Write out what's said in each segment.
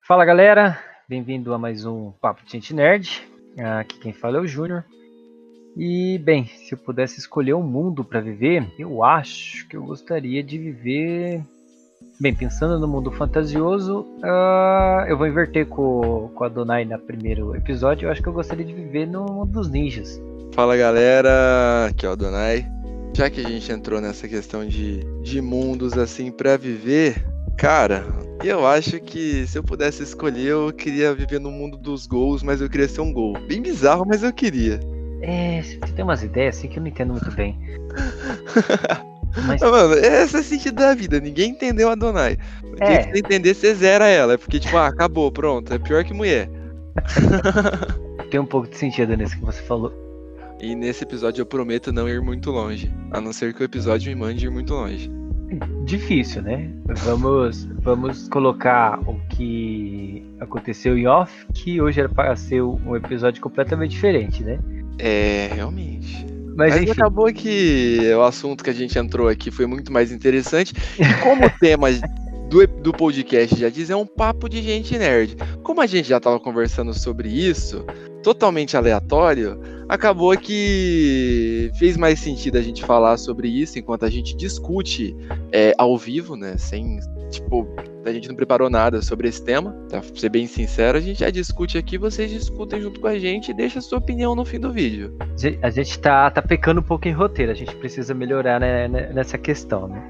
Fala galera, bem-vindo a mais um Papo de Gente Nerd. Aqui quem fala é o Júnior. E bem, se eu pudesse escolher um mundo para viver, eu acho que eu gostaria de viver. Bem, pensando no mundo fantasioso, eu vou inverter com a Donai no primeiro episódio. Eu acho que eu gostaria de viver no mundo dos ninjas. Fala galera, aqui é o Donai. Já que a gente entrou nessa questão de mundos assim pra viver, cara, eu acho que se eu pudesse escolher, eu queria viver no mundo dos gols, mas eu queria ser um gol. Bem bizarro, mas eu queria. Você tem umas ideias assim que eu não entendo muito bem. Mas, Mano, esse é o sentido da vida, ninguém entendeu a Donai. O dia que você entender, você zera ela. É porque, tipo, acabou, pronto, é pior que mulher. Tem um pouco de sentido nisso que você falou. E nesse episódio eu prometo não ir muito longe, a não ser que o episódio me mande ir muito longe. Difícil, né? Vamos colocar o que aconteceu em off, que hoje era para ser um episódio completamente diferente, né? Realmente. Mas enfim. Acabou que o assunto que a gente entrou aqui foi muito mais interessante. E como o tema do podcast já diz, é um papo de gente nerd. Como a gente já estava conversando sobre isso, totalmente aleatório, acabou que fez mais sentido a gente falar sobre isso enquanto a gente discute ao vivo, né? Sem, tipo, a gente não preparou nada sobre esse tema. Pra ser bem sincero, a gente já discute aqui, vocês discutem junto com a gente e deixa a sua opinião no fim do vídeo. A gente tá pecando um pouco em roteiro, a gente precisa melhorar, né, nessa questão, né?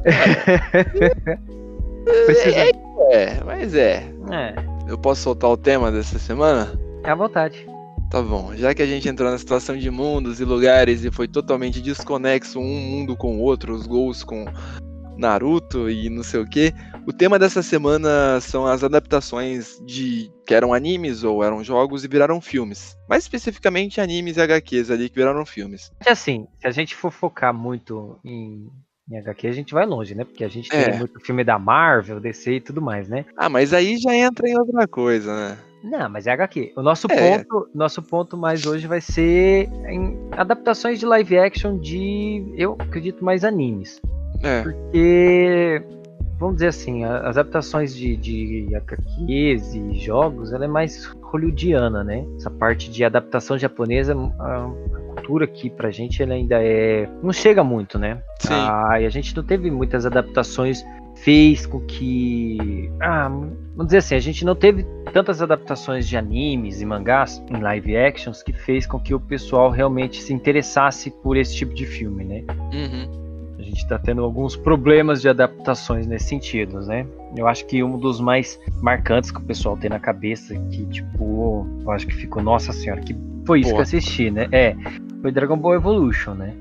Mas eu posso soltar o tema dessa semana? É à vontade. Tá bom, já que a gente entrou na situação de mundos e lugares e foi totalmente desconexo um mundo com o outro, os gols com Naruto e não sei o que, o tema dessa semana são as adaptações que eram animes ou eram jogos e viraram filmes. Mais especificamente animes e HQs ali que viraram filmes. Assim, se a gente for focar muito em HQ, a gente vai longe, né? Porque a gente tem muito filme da Marvel, DC e tudo mais, né? Mas aí já entra em outra coisa, né? Não, mas é HQ. O nosso ponto mais hoje vai ser em adaptações de live action eu acredito, mais animes. Porque, vamos dizer assim, as adaptaçções de HQs e jogos, ela é mais hollywoodiana, né? Essa parte de adaptação japonesa, a cultura aqui pra gente, ela ainda não chega muito, né? Sim. E a gente não teve muitas adaptações, fez com que... vamos dizer assim, a gente não teve tantas adaptações de animes e mangás em live actions que fez com que o pessoal realmente se interessasse por esse tipo de filme, né? Uhum. A gente tá tendo alguns problemas de adaptações nesse sentido, né? Eu acho que um dos mais marcantes que o pessoal tem na cabeça, que tipo, eu acho que ficou, nossa senhora, que foi isso que eu assisti, né? Foi Dragon Ball Evolution, né?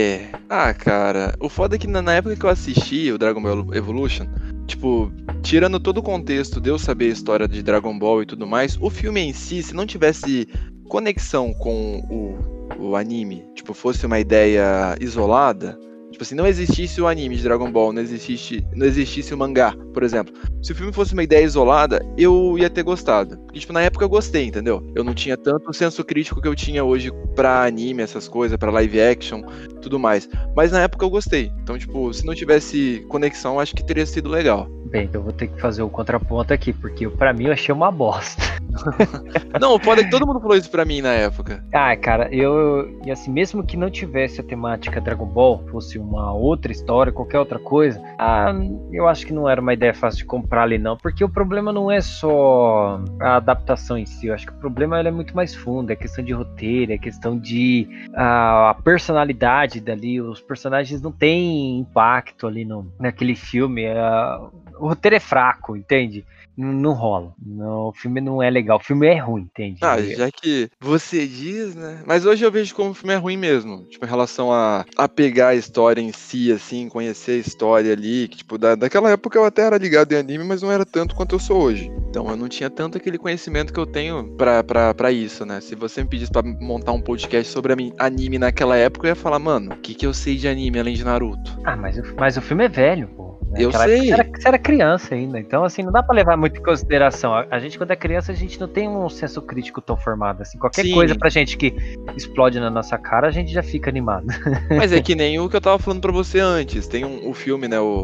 Cara, o foda é que na época que eu assisti o Dragon Ball Evolution, tipo, tirando todo o contexto de eu saber a história de Dragon Ball e tudo mais, o filme em si, se não tivesse conexão com o anime, tipo, fosse uma ideia isolada, tipo assim, não existisse o anime de Dragon Ball, não existisse o mangá, por exemplo. Se o filme fosse uma ideia isolada, eu ia ter gostado. Porque, tipo, na época eu gostei, entendeu? Eu não tinha tanto o senso crítico que eu tinha hoje pra anime, essas coisas, pra live action, tudo mais. Mas na época eu gostei. Então, tipo, se não tivesse conexão, acho que teria sido legal. Bem, então eu vou ter que fazer o contraponto aqui, porque pra mim eu achei uma bosta. Não, o foda é que todo mundo falou isso pra mim na época. Cara, e assim, mesmo que não tivesse a temática Dragon Ball, fosse uma outra história, qualquer outra coisa, eu acho que não era uma ideia fácil de comprar ali não, porque o problema não é só a adaptação em si, eu acho que o problema é muito mais fundo, é questão de roteiro, é questão de a personalidade dali, os personagens não têm impacto ali naquele filme, o roteiro é fraco, entende? Não rola. Não, o filme não é legal. O filme é ruim, entende? Já que você diz, né? Mas hoje eu vejo como o filme é ruim mesmo. Tipo, em relação a pegar a história em si, assim, conhecer a história ali. Que, tipo, daquela época eu até era ligado em anime, mas não era tanto quanto eu sou hoje. Então eu não tinha tanto aquele conhecimento que eu tenho pra isso, né? Se você me pedisse pra montar um podcast sobre anime naquela época, eu ia falar, mano, o que eu sei de anime além de Naruto? Mas o filme é velho, pô. Eu sei. Você era criança ainda, então assim, não dá pra levar muito em consideração. A gente, quando é criança, a gente não tem um senso crítico tão formado assim. Qualquer coisa pra gente que explode na nossa cara, a gente já fica animado. Mas é que nem o que eu tava falando pra você antes. Tem o filme, né,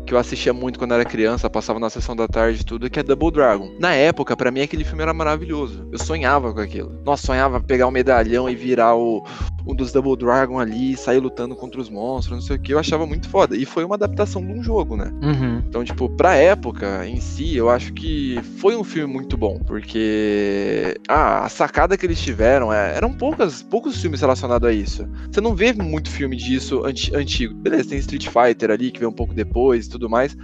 que eu assistia muito quando era criança, passava na sessão da tarde e tudo, que é Double Dragon. Na época, pra mim, aquele filme era maravilhoso. Eu sonhava com aquilo. Nossa, sonhava pegar um medalhão e virar um dos Double Dragon ali, sair lutando contra os monstros, não sei o que. Eu achava muito foda. E foi uma adaptação de um jogo, né? Uhum. Então, tipo, pra época em si, eu acho que foi um filme muito bom, porque a sacada que eles tiveram, eram poucos filmes relacionados a isso. Você não vê muito filme disso antigo. Beleza, tem Street Fighter ali, que veio um pouco depois e tudo mais,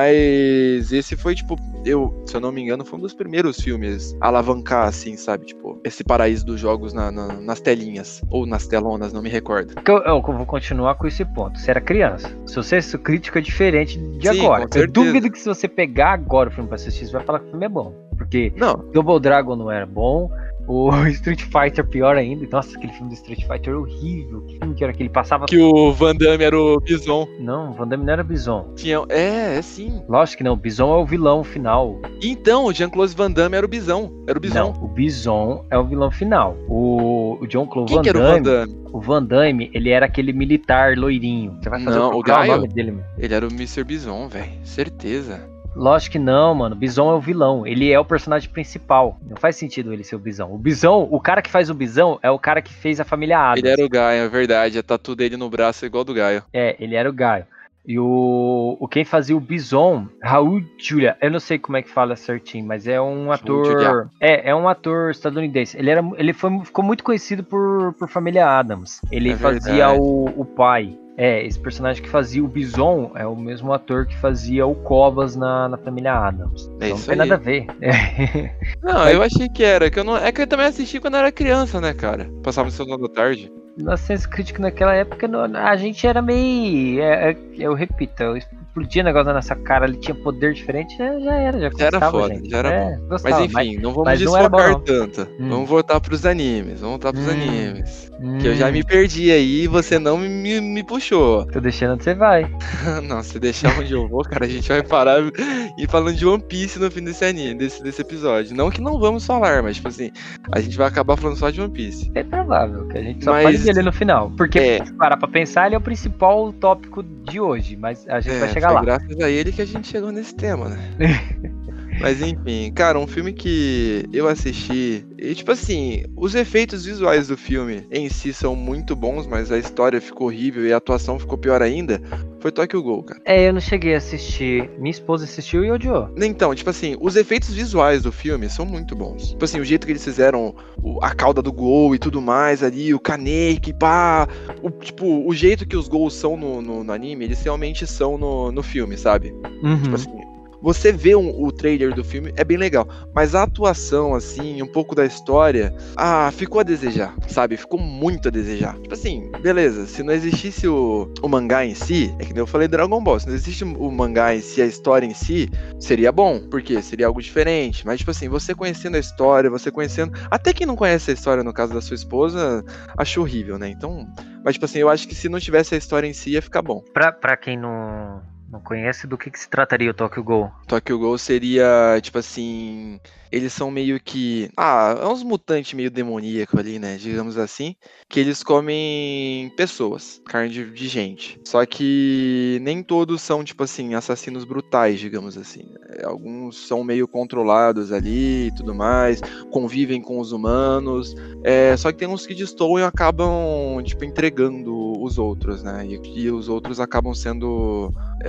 mas esse foi, tipo, se eu não me engano, foi um dos primeiros filmes a alavancar, assim, sabe? Tipo, esse paraíso dos jogos nas telinhas, ou nas telonas, não me recordo. Eu vou continuar com esse ponto. Você era criança. Se você é crítico, é diferente de Sim, agora. com Eu certeza. duvido que se você pegar agora o filme pra assistir, você vai falar que o filme é bom. Porque Não. Double Dragon não era bom, o Street Fighter pior ainda. Nossa, aquele filme do Street Fighter é horrível. Que filme que era que ele passava... Que o Van Damme era o Bison. Não, o Van Damme não era Bison. Sim. Lógico que não, o Bison é o vilão final. Então, o Jean-Claude Van Damme era o Bison. Não, o Bison é o vilão final. O Jean-Claude Quem Van que era o Van Damme? O Van Damme, ele era aquele militar loirinho. Você vai fazer Não, o procurar Gaio? nome dele, meu. Ele era o Mr. Bison, velho. Certeza. Lógico que não, mano. O Bison é o vilão. Ele é o personagem principal. Não faz sentido ele ser o Bison. O cara que faz o Bison é o cara que fez a família Adams. Ele era o Gaio, é verdade. A tatu dele no braço é igual do Gaio. Ele era o Gaio. E quem fazia o Bison, Raul Julia, eu não sei como é que fala certinho, mas é um ator. É um ator estadunidense. Ele ficou muito conhecido por Família Adams. Ele fazia o pai. Esse personagem que fazia o Bison é o mesmo ator que fazia o Cobas na Família Adams. Então não tem nada a ver. Não, eu achei que era. É que eu também assisti quando eu era criança, né, cara? Passava no Sessão da Tarde. Na ciência crítica naquela época, a gente era meio... eu repito, eu explodia negócio na nossa cara, ele tinha poder diferente, já era era foda, gente. já era bom. Gostava, mas enfim, não vamos não desfocar tanto. Vamos voltar pros animes, animes. Que eu já me perdi aí e você não me puxou. Tô deixando onde você vai. Não, se deixar onde eu vou, cara, a gente vai parar e falando de One Piece no fim desse anime, desse episódio. Não que não vamos falar, mas tipo assim, a gente vai acabar falando só de One Piece. É provável que a gente só fale dele no final. Porque, se parar pra pensar, ele é o principal tópico de hoje, mas a gente vai chegar lá. Graças a ele que a gente chegou nesse tema, né? Mas enfim, cara, um filme que eu assisti e tipo assim, os efeitos visuais do filme em si são muito bons, mas a história ficou horrível e a atuação ficou pior ainda, foi Tokyo Ghoul, cara. Eu não cheguei a assistir, minha esposa assistiu e odiou. Então, tipo assim, os efeitos visuais do filme são muito bons. Tipo assim, o jeito que eles fizeram a cauda do Ghoul e tudo mais ali, o Kaneki, pá, o jeito que os Ghouls são no anime, eles realmente são no filme, sabe? Uhum. Tipo assim, você vê o trailer do filme, é bem legal. Mas a atuação, assim, um pouco da história, ficou a desejar, sabe? Ficou muito a desejar. Tipo assim, beleza, se não existisse o mangá em si, é que nem eu falei Dragon Ball, se não existe o mangá em si, a história em si, seria bom, porque seria algo diferente. Mas, tipo assim, você conhecendo a história, você conhecendo... Até quem não conhece a história, no caso da sua esposa, achou horrível, né? Então... Mas, tipo assim, eu acho que se não tivesse a história em si, ia ficar bom. Pra quem não conhece, do que se trataria o Tokyo Ghoul? Tokyo Ghoul seria, tipo assim... Eles são meio que... é uns mutantes meio demoníacos ali, né? Digamos assim. Que eles comem pessoas. Carne de gente. Só que nem todos são, tipo assim, assassinos brutais, digamos assim. Alguns são meio controlados ali e tudo mais. Convivem com os humanos. Só que tem uns que destoam e acabam, tipo, entregando os outros, né? E os outros acabam sendo...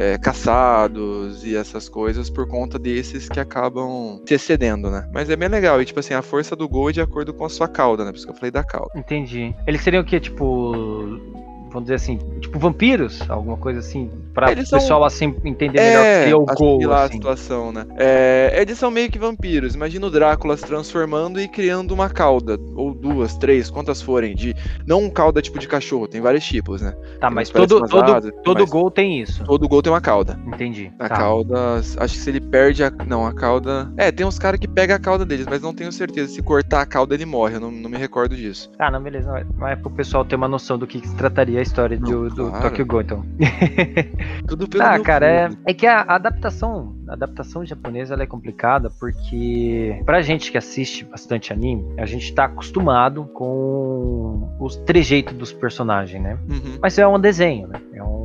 caçados e essas coisas por conta desses que acabam se excedendo, né? Mas é bem legal. E, tipo assim, a força do Ghoul é de acordo com a sua cauda, né? Por isso que eu falei da cauda. Entendi. Eles seriam o quê? Tipo... Vamos dizer assim, tipo vampiros? Alguma coisa assim, pra o pessoal assim entender melhor que seria o Ghoul, a assim. situação, né? Eles são meio que vampiros. Imagina o Drácula se transformando e criando uma cauda, ou 2, 3, quantas forem, não cauda tipo de cachorro, tem vários tipos, né? Tá, mas todo Ghoul tem isso. Todo Ghoul tem uma cauda. Entendi. A cauda, acho que se ele perde a cauda... tem uns caras que pegam a cauda deles, mas não tenho certeza. Se cortar a cauda, ele morre, eu não me recordo disso. Não, beleza. Mas é pro pessoal ter uma noção do que se trataria a história do Tokyo Ghoul, então. Tudo pelo cara, é que a adaptação japonesa ela é complicada porque pra gente que assiste bastante anime, a gente tá acostumado com os trejeitos dos personagens, né? Uhum. Mas é um desenho, né? É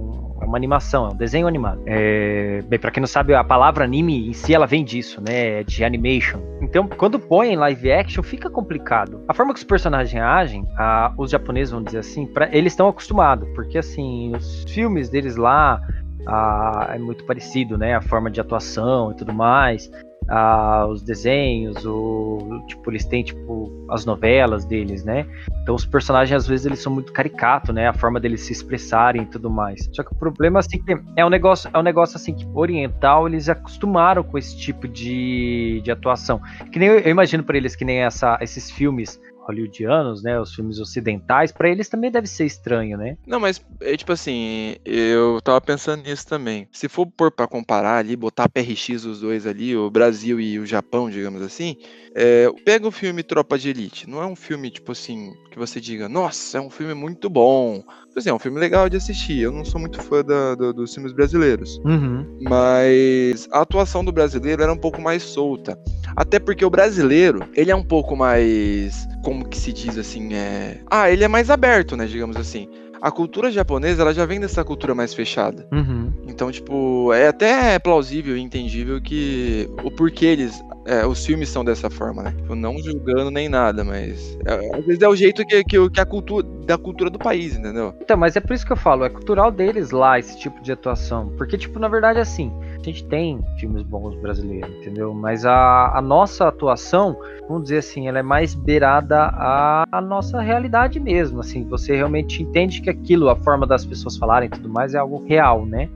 uma animação, é um desenho animado. Bem, pra quem não sabe, a palavra anime em si, ela vem disso, né? De animation. Então, quando põe em live action, fica complicado. A forma que os personagens agem, os japoneses, vamos dizer assim, eles estão acostumados, porque assim, os filmes deles lá é muito parecido, né? A forma de atuação e tudo mais. Os desenhos, tipo, eles têm tipo as novelas deles, né? Então os personagens às vezes eles são muito caricatos, né? A forma deles se expressarem e tudo mais. Só que o problema assim que é um negócio assim que oriental eles acostumaram com esse tipo de atuação. Que nem eu imagino para eles que nem esses filmes hollywoodianos, né, os filmes ocidentais, pra eles também deve ser estranho, né? Não, mas tipo assim, eu tava pensando nisso também. Se for pôr pra comparar ali, botar PRX os dois ali, o Brasil e o Japão, digamos assim, pega o filme Tropa de Elite. Não é um filme, tipo assim, que você diga, nossa, é um filme muito bom. Tipo assim, é um filme legal de assistir. Eu não sou muito fã dos filmes brasileiros. Mas a atuação do brasileiro era um pouco mais solta. Até porque o brasileiro, ele é um pouco mais, como que se diz assim, ele é mais aberto, né, digamos assim. A cultura japonesa, ela já vem dessa cultura mais fechada. Então, tipo, é até plausível e entendível que o porquê os filmes são dessa forma, né? Tipo, não julgando nem nada, mas às vezes é o jeito que a cultura do país, entendeu? Então, mas é por isso que eu falo, é cultural deles lá esse tipo de atuação. Porque, tipo, na verdade, assim, a gente tem filmes bons brasileiros, entendeu? Mas a nossa atuação, vamos dizer assim, ela é mais beirada à nossa realidade mesmo, assim, você realmente entende que aquilo, a forma das pessoas falarem e tudo mais, é algo real, né?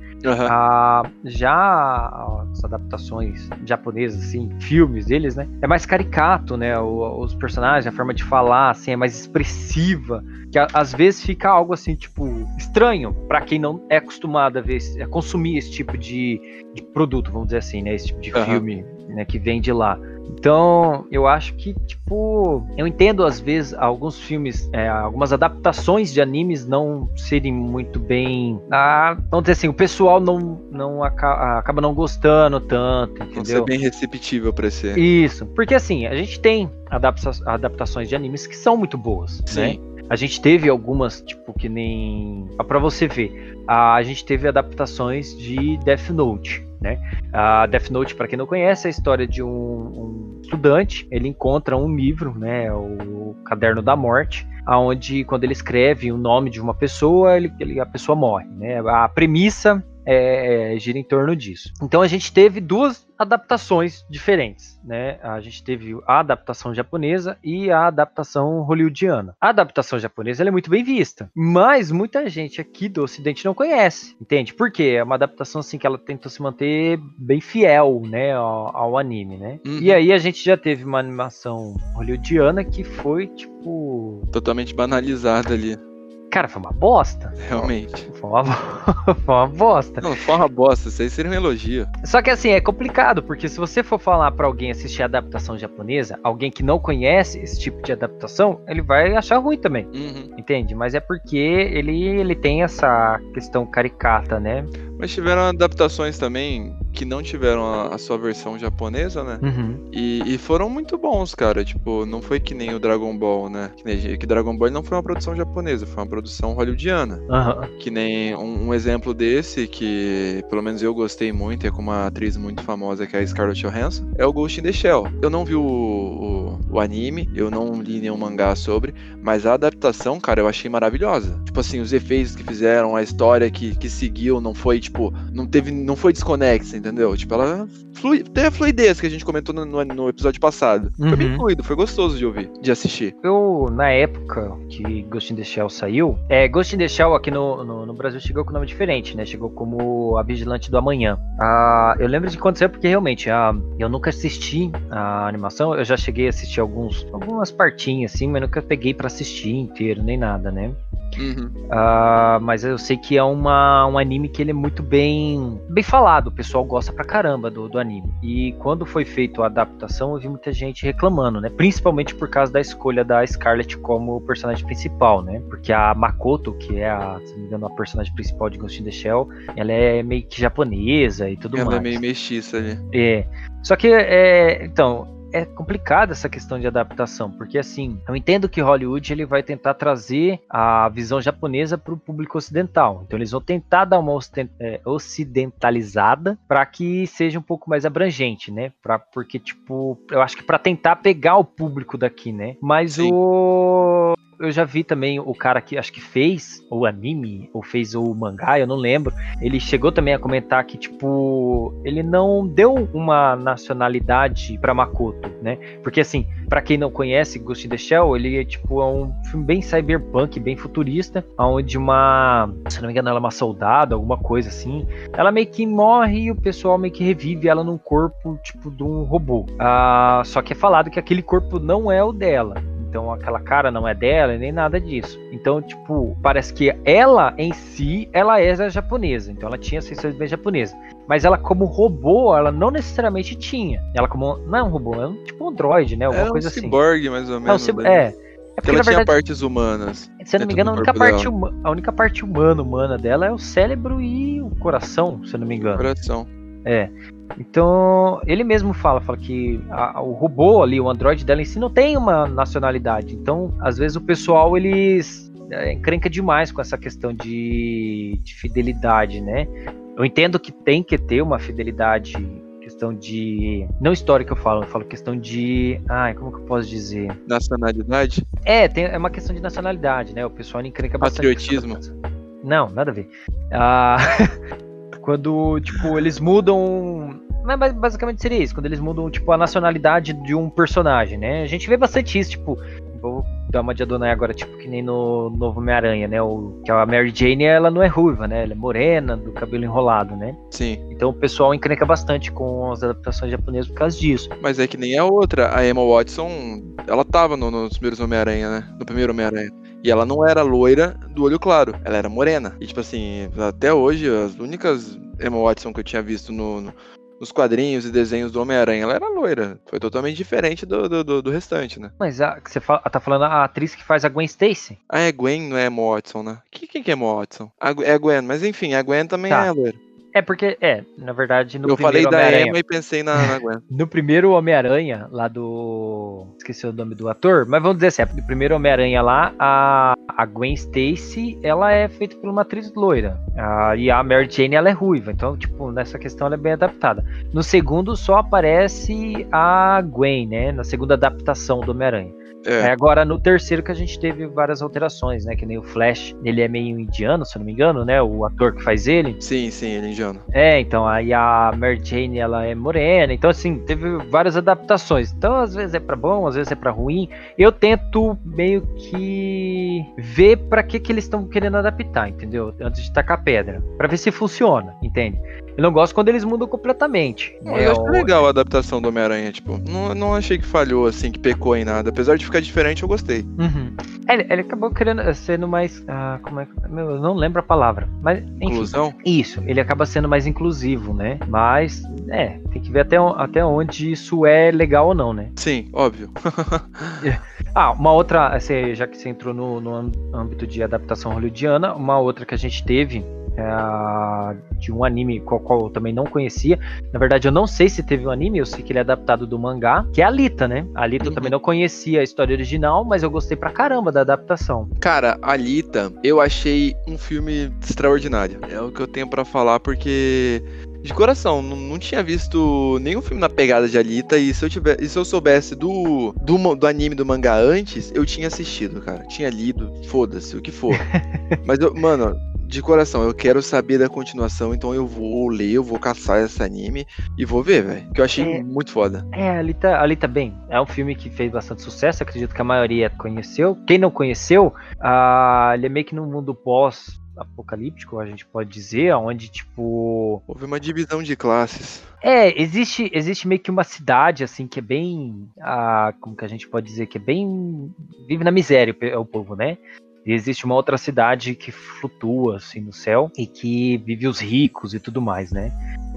Já as adaptações japonesas, assim, filmes deles, né? É mais caricato, né? Os personagens, a forma de falar, assim, é mais expressiva. Que às vezes fica algo assim, tipo, estranho pra quem não é acostumado a consumir esse tipo de produto, vamos dizer assim, né? Esse tipo de filme, né, que vem de lá. Então, eu acho que, tipo, eu entendo às vezes alguns filmes, algumas adaptações de animes não serem muito bem. Vamos dizer assim, o pessoal acaba não gostando tanto, entendeu? Não ser bem receptível pra ser. Isso, porque assim, a gente tem adaptações de animes que são muito boas, né? A gente teve algumas, tipo, que nem. Pra você ver, a gente teve adaptações de Death Note, né? A Death Note, para quem não conhece, é a história de um estudante. Ele encontra um livro, né? O Caderno da Morte, onde quando ele escreve o nome de uma pessoa, a pessoa morre, né? A premissa gira em torno disso. Então a gente teve duas adaptações diferentes, né? A gente teve a adaptação japonesa e a adaptação hollywoodiana. A adaptação japonesa ela é muito bem vista, mas muita gente aqui do Ocidente não conhece, entende? Porque é uma adaptação assim que ela tentou se manter bem fiel, né, ao anime, né? E aí a gente já teve uma animação hollywoodiana que foi tipo totalmente banalizada ali. Cara, foi uma bosta. Realmente. Foi uma bosta. Não, foi uma bosta. Isso aí seria um elogio. Só que assim, é complicado, porque se você for falar pra alguém assistir a adaptação japonesa, alguém que não conhece esse tipo de adaptação, ele vai achar ruim também. Entende? Mas é porque ele tem essa questão caricata, né? Mas tiveram adaptações também que não tiveram a sua versão japonesa, né? E foram muito bons, cara. Tipo, não foi que nem o Dragon Ball, né? Que Dragon Ball não foi uma produção japonesa, foi uma produção hollywoodiana. Que nem um exemplo desse, que pelo menos eu gostei muito, é com uma atriz muito famosa, que é a Scarlett Johansson, é o Ghost in the Shell. Eu não vi o anime, eu não li nenhum mangá sobre, mas a adaptação, cara, eu achei maravilhosa. Tipo assim, os efeitos que fizeram, a história que seguiu, não foi, tipo, não foi desconexa, entendeu? Tipo, ela teve a fluidez que a gente comentou no episódio passado. Foi bem fluido, foi gostoso de ouvir, de assistir. Eu, na época que Ghost in the Shell saiu, Ghost in the Shell aqui no Brasil chegou com nome diferente, né? Chegou como A Vigilante do Amanhã. Eu lembro de quando saiu, porque realmente eu nunca assisti a animação, eu já cheguei a assistir algumas partinhas assim, mas nunca peguei pra assistir inteiro, nem nada, né? Mas eu sei que é um anime que ele é muito bem falado, o pessoal gosta pra caramba do anime. E quando foi feita a adaptação, eu vi muita gente reclamando, né? Principalmente por causa da escolha da Scarlett como personagem principal, né? Porque a Makoto, que é se não me engano, a personagem principal de Ghost in the Shell, ela é meio que japonesa e tudo mais. Ela é meio mestiça ali. Só que, então, é complicada essa questão de adaptação, porque assim, eu entendo que Hollywood ele vai tentar trazer a visão japonesa para o público ocidental, então eles vão tentar dar uma ocidentalizada para que seja um pouco mais abrangente, né? Porque, tipo, eu acho que para tentar pegar o público daqui, né? Mas Sim. eu já vi também o cara que acho que fez o anime, ou fez o mangá, eu não lembro. Ele chegou também a comentar que, tipo, ele não deu uma nacionalidade pra Makoto, né? Porque, assim, pra quem não conhece Ghost in the Shell, ele é, tipo, é um filme bem cyberpunk, bem futurista, onde se não me engano, ela é uma soldada, alguma coisa assim. Ela meio que morre e o pessoal meio que revive ela num corpo, tipo, de um robô. Só que é falado que aquele corpo não é o dela. Então aquela cara não é dela, nem nada disso. Então, tipo, parece que ela em si, ela é japonesa. Então ela tinha sensações bem japonesas. Mas ela como robô, ela não necessariamente tinha. Ela como, não é um robô, é tipo um androide, né? Alguma coisa assim. É um ciborgue, mais ou menos. É porque ela na tinha verdade, partes humanas. se eu não me engano, a única parte humana dela é o cérebro e o coração, se eu não me engano. Coração. Então, ele mesmo fala que o robô ali, o androide dela em si não tem uma nacionalidade. Então, às vezes o pessoal, eles encrenca demais com essa questão de fidelidade, né? Eu entendo que tem que ter uma fidelidade, questão de... Não histórica eu falo questão de... como que eu posso dizer? Nacionalidade? É uma questão de nacionalidade, né? O pessoal encrenca bastante. Patriotismo? Não, nada a ver. Quando, tipo, eles mudam... Mas basicamente seria isso, quando eles mudam, tipo, a nacionalidade de um personagem, né? A gente vê bastante isso, tipo... Vou dar uma de Adonai agora, tipo, que nem no novo Homem-Aranha, né? Que a Mary Jane, ela não é ruiva, né? Ela é morena, do cabelo enrolado, né? Sim. Então o pessoal encrenca bastante com as adaptações japonesas por causa disso. Mas é que nem a outra, a Emma Watson, ela tava nos primeiros Homem-Aranha, né? No primeiro Homem-Aranha. E ela não era loira do olho claro, ela era morena. E tipo assim, até hoje, as únicas Emma Watson que eu tinha visto nos quadrinhos e desenhos do Homem-Aranha, ela era loira. Foi totalmente diferente do restante, né? Mas que você tá falando a atriz que faz a Gwen Stacy? É Gwen, não é Emma Watson, né? Quem que é Emma Watson? É a Gwen, mas enfim, a Gwen também é loira. É porque, na verdade, no eu primeiro falei da Emma e pensei na Gwen. No primeiro Homem-Aranha, lá do... Esqueci o nome do ator, mas vamos dizer assim, no primeiro Homem-Aranha lá, a Gwen Stacy, ela é feita por uma atriz loira. E a Mary Jane, ela é ruiva. Então, tipo, nessa questão ela é bem adaptada. No segundo, só aparece a Gwen, né? Na segunda adaptação do Homem-Aranha. Agora, no terceiro que a gente teve várias alterações, né? Que nem o Flash, ele é meio indiano, se eu não me engano, né? O ator que faz ele. Sim, ele é indiano. Então, aí a Mary Jane, ela é morena. Então, assim, teve várias adaptações. Então, às vezes é pra bom, às vezes é pra ruim. Eu tento meio que ver pra que eles estão querendo adaptar, entendeu? Antes de tacar pedra. Pra ver se funciona, entende? Eu não gosto quando eles mudam completamente. Eu acho legal a adaptação do Homem-Aranha, tipo, não achei que falhou, assim, que pecou em nada. Apesar de ficar diferente, eu gostei. Uhum. Ele acabou querendo sendo mais... como é que... Eu não lembro a palavra. Mas, enfim, inclusão? Isso, ele acaba sendo mais inclusivo, né? Mas, tem que ver até onde isso é legal ou não, né? Sim, óbvio. Uma outra, já que você entrou no âmbito de adaptação hollywoodiana, uma outra que a gente teve de um anime qual eu também não conhecia. Na verdade, eu não sei se teve um anime, eu sei que ele é adaptado do mangá, que é a Alita, né? A Alita eu também não conhecia a história original, mas eu gostei pra caramba da adaptação. Cara, Alita, eu achei um filme extraordinário. É o que eu tenho pra falar, porque... De coração, não tinha visto nenhum filme na pegada de Alita, e se eu soubesse do anime, do mangá antes, eu tinha assistido, cara. Tinha lido, foda-se, o que for. Mas, mano, de coração, eu quero saber da continuação, então eu vou ler, eu vou caçar esse anime e vou ver, velho. Que eu achei muito foda. Alita, bem, é um filme que fez bastante sucesso, acredito que a maioria conheceu. Quem não conheceu, ele é meio que no mundo pós-apocalíptico, a gente pode dizer, onde, tipo... Houve uma divisão de classes. Existe meio que uma cidade, assim, que é bem... como que a gente pode dizer? Que é bem... Vive na miséria o povo, né? E existe uma outra cidade que flutua, assim, no céu, e que vive os ricos e tudo mais, né?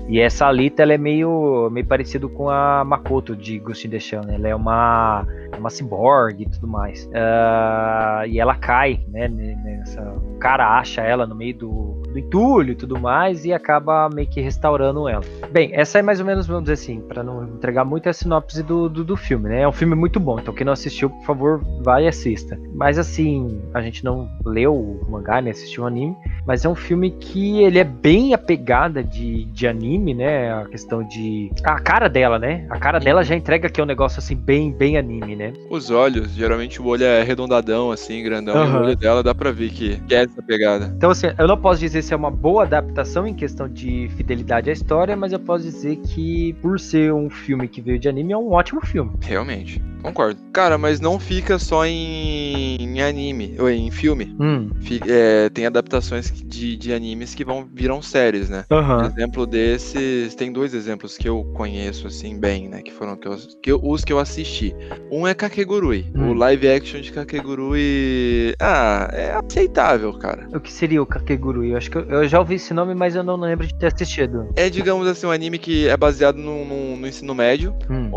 E essa Alita, ela é meio parecido com a Makoto de Ghost in the Shell, né? Ela é uma ciborgue e tudo mais. E ela cai, né? O cara acha ela no meio do entulho e tudo mais e acaba meio que restaurando ela. Bem, essa é mais ou menos, vamos dizer assim, para não entregar muito a sinopse do filme, né? É um filme muito bom, então quem não assistiu, por favor, vai e assista. Mas assim, a gente não leu o mangá, né? Assistiu o anime, mas é um filme que ele é bem a pegada de anime, né? A questão de... A cara dela, né? A cara dela já entrega que é um negócio assim, bem anime, né? Os olhos, geralmente o olho é arredondadão, assim, grandão, e o olho dela dá pra ver que é essa pegada. Então assim, eu não posso dizer se é uma boa adaptação em questão de fidelidade à história, mas eu posso dizer que por ser um filme que veio de anime, é um ótimo filme. Realmente, concordo. Cara, mas não fica só em anime, ou em filme. Tem adaptações de animes que viram séries, né? Exemplo desses, tem 2 exemplos que eu conheço, assim, bem, né? Que foram os que eu assisti. Um é Kakegurui. O live action de Kakegurui... é aceitável, cara. O que seria o Kakegurui? Eu acho que eu já ouvi esse nome, mas eu não lembro de ter assistido. É, digamos assim, um anime que é baseado no ensino médio,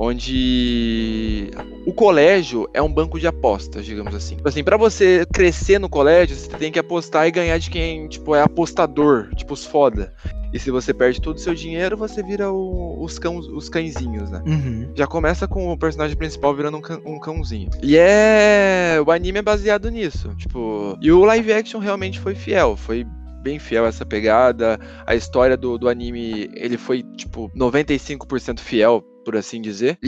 onde o colégio é um banco de apostas, digamos assim. Assim, pra você crescer no colégio, você tem que apostar e ganhar de quem, tipo, é apostador, tipo, os foda. E se você perde todo o seu dinheiro, você vira os cãezinhos, né? Já começa com o personagem principal virando um cãozinho. E o anime é baseado nisso, tipo... E o live action realmente foi fiel, foi bem fiel a essa pegada. A história do anime, ele foi, tipo, 95% fiel, por assim dizer.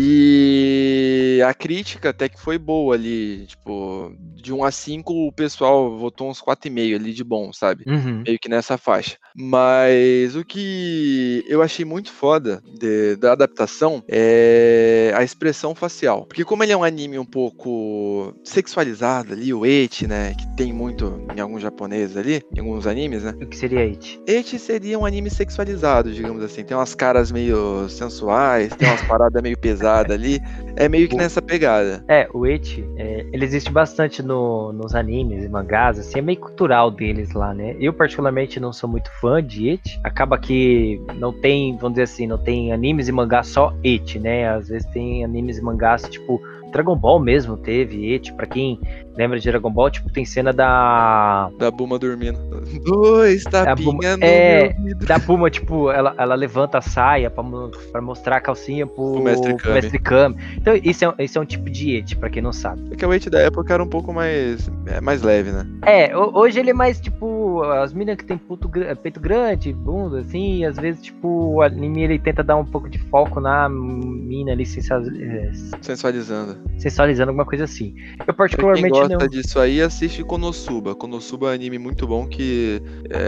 E a crítica até que foi boa ali, tipo, de 1 a 5 o pessoal votou uns 4,5 ali de bom, sabe? Meio que nessa faixa. Mas o que eu achei muito foda da adaptação é a expressão facial. Porque como ele é um anime um pouco sexualizado ali, o ecchi, né, que tem muito em alguns japoneses ali, em alguns animes, né? O que seria ecchi? Ecchi seria um anime sexualizado, digamos assim. Tem umas caras meio sensuais, tem umas paradas meio pesadas ali. É meio que nessa pegada. O ecchi, ele existe bastante nos animes e mangás, assim, é meio cultural deles lá, né? Eu particularmente não sou muito fã de ecchi. Acaba que não tem, vamos dizer assim, não tem animes e mangás só ecchi, né? Às vezes tem animes e mangás, tipo, Dragon Ball mesmo teve ecchi, pra quem lembra de Dragon Ball, tipo, tem cena da Bulma dormindo. 2 tapinha no meu vidro. Da Bulma, tipo, ela levanta a saia pra mostrar a calcinha pro Mestre Kami. Então, isso é um tipo de ecchi, pra quem não sabe. Porque o ecchi da época era um pouco mais leve, né? Hoje ele é mais, tipo, as meninas que tem peito grande, bunda, assim, e às vezes, tipo, o anime, ele tenta dar um pouco de foco na mina ali, sensualizando alguma coisa assim. Eu particularmente quem gosta disso aí, assiste Konosuba. Konosuba é um anime muito bom de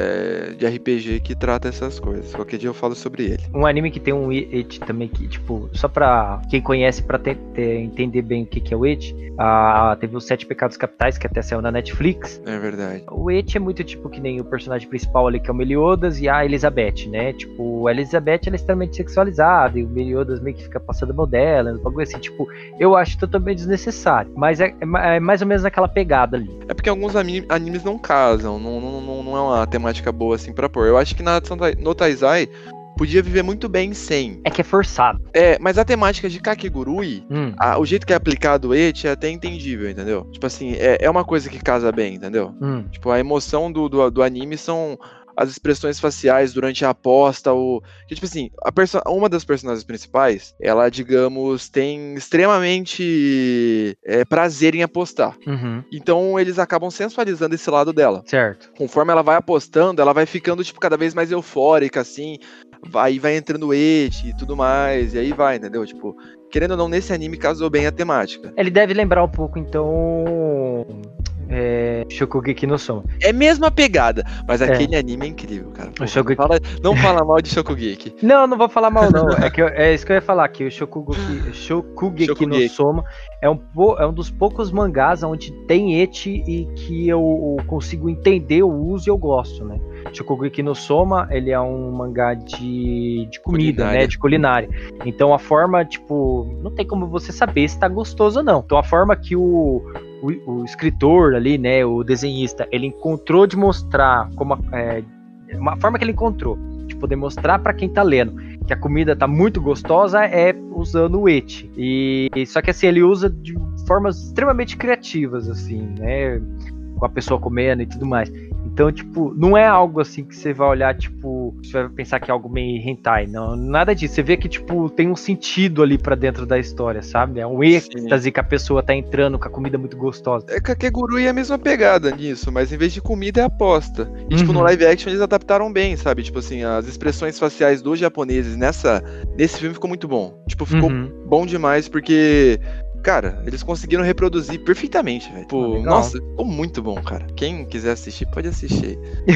RPG que trata essas coisas. Qualquer dia eu falo sobre ele. Um anime que tem um ecchi também que, tipo, só pra quem conhece, pra entender bem o que é o ecchi, teve os 7 Pecados Capitais, que até saiu na Netflix. É verdade. O ecchi é muito tipo que nem o personagem principal ali, que é o Meliodas, e a Elizabeth, né? Tipo, a Elizabeth, ela é extremamente sexualizada, e o Meliodas meio que fica passando mal dela, um bagulho assim, tipo, eu acho totalmente desnecessário. Mas é mais ou menos naquela pegada ali. É porque alguns animes não casam, não é uma temática boa assim pra pôr. Eu acho que no Taizai podia viver muito bem sem. É que é forçado. Mas a temática de Kakegurui, o jeito que é aplicado o ecchi é até entendível, entendeu? Tipo assim, é uma coisa que casa bem, entendeu? Tipo, a emoção do anime são as expressões faciais durante a aposta, que, tipo assim, uma das personagens principais, ela, digamos, tem extremamente prazer em apostar. Então, eles acabam sensualizando esse lado dela. Certo. Conforme ela vai apostando, ela vai ficando, tipo, cada vez mais eufórica, assim, vai entrando ecchi e tudo mais, e aí vai, entendeu? Tipo, querendo ou não, nesse anime casou bem a temática. Ele deve lembrar um pouco, então... Shokugeki no Soma. É a mesma pegada, mas aquele anime é incrível, cara. Pô, não fala mal de Shokugeki. Não vou falar mal, não. É isso que eu ia falar, que o Shokugeki no Soma é um dos poucos mangás onde tem ecchi e que eu consigo entender o uso e eu gosto, né? Shokugeki no Soma, ele é um mangá de comida, culinária, né? De culinária. Então a forma, tipo, não tem como você saber se tá gostoso ou não. Então a forma que o escritor ali, né, o desenhista, ele encontrou de mostrar como uma forma que ele encontrou, tipo, poder mostrar pra quem tá lendo que a comida tá muito gostosa é usando o eti. E só que assim, ele usa de formas extremamente criativas, assim, né? Com a pessoa comendo e tudo mais. Então, tipo, não é algo assim que você vai olhar, tipo, você vai pensar que é algo meio hentai, não, nada disso. Você vê que, tipo, tem um sentido ali pra dentro da história, sabe? É um êxtase que a pessoa tá entrando com a comida muito gostosa. Kakegurui é a mesma pegada nisso, mas em vez de comida é aposta. E, tipo, no live action eles adaptaram bem, sabe? Tipo assim, as expressões faciais dos japoneses nesse filme ficou muito bom. Tipo, ficou bom demais, porque... Cara, eles conseguiram reproduzir perfeitamente, velho. Pô, nossa, ficou muito bom, cara. Quem quiser assistir, pode assistir.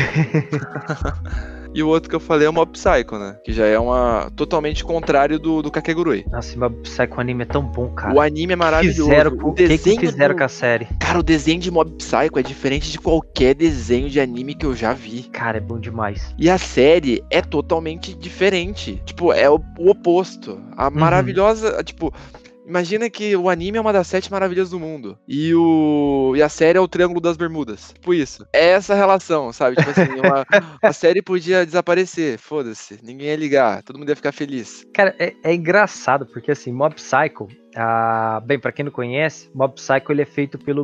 E o outro que eu falei é o Mob Psycho, né? Que já é totalmente contrário do Kakegurui. Nossa, o Mob Psycho, o anime é tão bom, cara. O anime é maravilhoso. O que fizeram com a série? Cara, o desenho de Mob Psycho é diferente de qualquer desenho de anime que eu já vi. Cara, é bom demais. E a série é totalmente diferente. Tipo, é o oposto. A maravilhosa, tipo... Imagina que o anime é uma das 7 maravilhas do mundo. E a série é o Triângulo das Bermudas. Tipo isso. É essa relação, sabe? Tipo assim, a série podia desaparecer. Foda-se. Ninguém ia ligar. Todo mundo ia ficar feliz. Cara, é engraçado, porque assim, Mob Psycho... bem, pra quem não conhece, Mob Psycho ele é feito pelo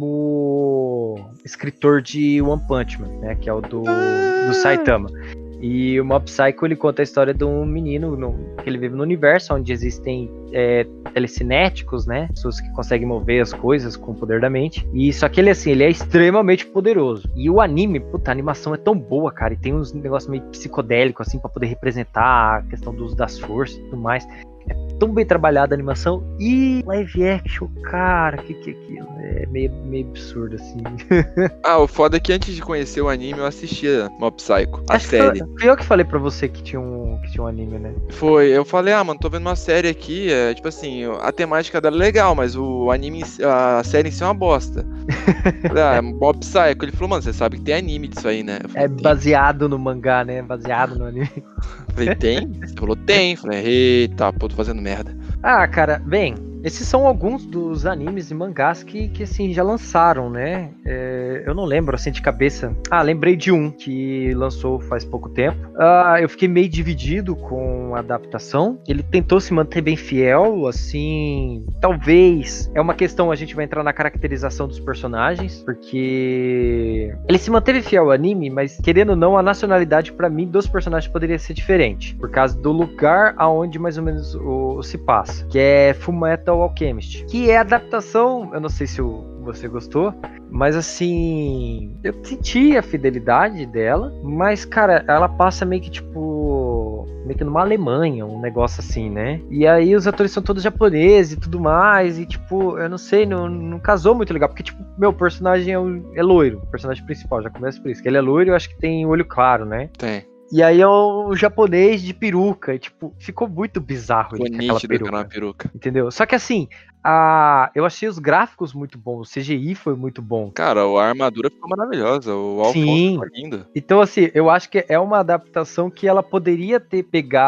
mesmo escritor de One Punch Man, né? Que é o do Saitama. E o Mob Psycho ele conta a história de um menino que ele vive no universo onde existem telecinéticos, né? Pessoas que conseguem mover as coisas com o poder da mente. E só que ele assim, ele é extremamente poderoso. E o anime, puta, a animação é tão boa, cara. E tem uns negócios meio psicodélicos, assim, pra poder representar a questão do uso das forças e tudo mais. É tão bem trabalhada a animação. E live action, cara, que é aquilo? É meio absurdo, assim. O foda é que antes de conhecer o anime, eu assistia Mob Psycho, a série. Foi eu que falei pra você que tinha um anime, né? Foi, eu falei, mano, tô vendo uma série aqui, tipo assim, a temática dela é legal, mas o anime, a série em si é uma bosta. Falei, Mob Psycho. Ele falou, mano, você sabe que tem anime disso aí, né? Falei, baseado no mangá, né? Baseado no anime. Falei, tem? Ele falou, tem. Falei, eita, pô, tô fazendo merda. Cara, bem, esses são alguns dos animes e mangás que assim, já lançaram, né? Eu não lembro, assim, de cabeça. Lembrei de um que lançou faz pouco tempo. Eu fiquei meio dividido com a adaptação. Ele tentou se manter bem fiel, assim... Talvez... É uma questão, a gente vai entrar na caracterização dos personagens, porque... Ele se manteve fiel ao anime, mas, querendo ou não, a nacionalidade, pra mim, dos personagens poderia ser diferente. Por causa do lugar aonde, mais ou menos, se passa. Que é Fullmetal Alchemist, que é a adaptação, eu não sei se você gostou, mas assim, eu senti a fidelidade dela, mas cara, ela passa meio que numa Alemanha, um negócio assim, né? E aí os atores são todos japoneses e tudo mais, e tipo, eu não sei, não casou muito legal, porque tipo, meu personagem é loiro, o personagem principal, já começa por isso, que ele é loiro e eu acho que tem olho claro, né? Tem. E aí é um japonês de peruca, e tipo, ficou muito bizarro ele com aquela peruca. Entendeu? Só que assim, eu achei os gráficos muito bons, o CGI foi muito bom. Cara, a armadura ficou maravilhosa, o Alphonse ficou lindo. Então assim, eu acho que é uma adaptação que ela poderia ter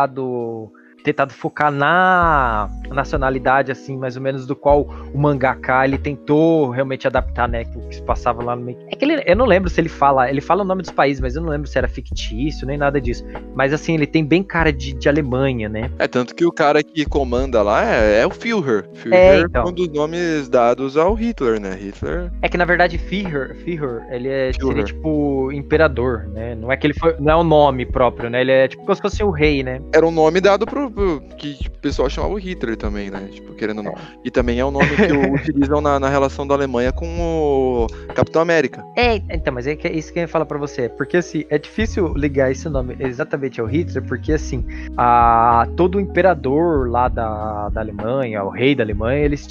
tentado focar na nacionalidade, assim, mais ou menos do qual o mangaka, ele tentou realmente adaptar, né, o que se passava lá no meio. É que eu não lembro se ele fala o nome dos países, mas eu não lembro se era fictício, nem nada disso. Mas assim, ele tem bem cara de Alemanha, né? Tanto que o cara que comanda lá é o Führer. Führer então. É um dos nomes dados ao Hitler, né? Hitler... É que na verdade Führer ele seria tipo imperador, né? Não é que ele não é o nome próprio, né? Ele é tipo como se fosse o rei, né? Era um nome dado que o pessoal chamava o Hitler também, né? Tipo, querendo ou não. E também é um nome que utilizam na relação da Alemanha com o Capitão América. Então, mas é isso que eu ia falar pra você. Porque, assim, é difícil ligar esse nome exatamente ao Hitler, porque, assim, todo o imperador lá da Alemanha, o rei da Alemanha, eles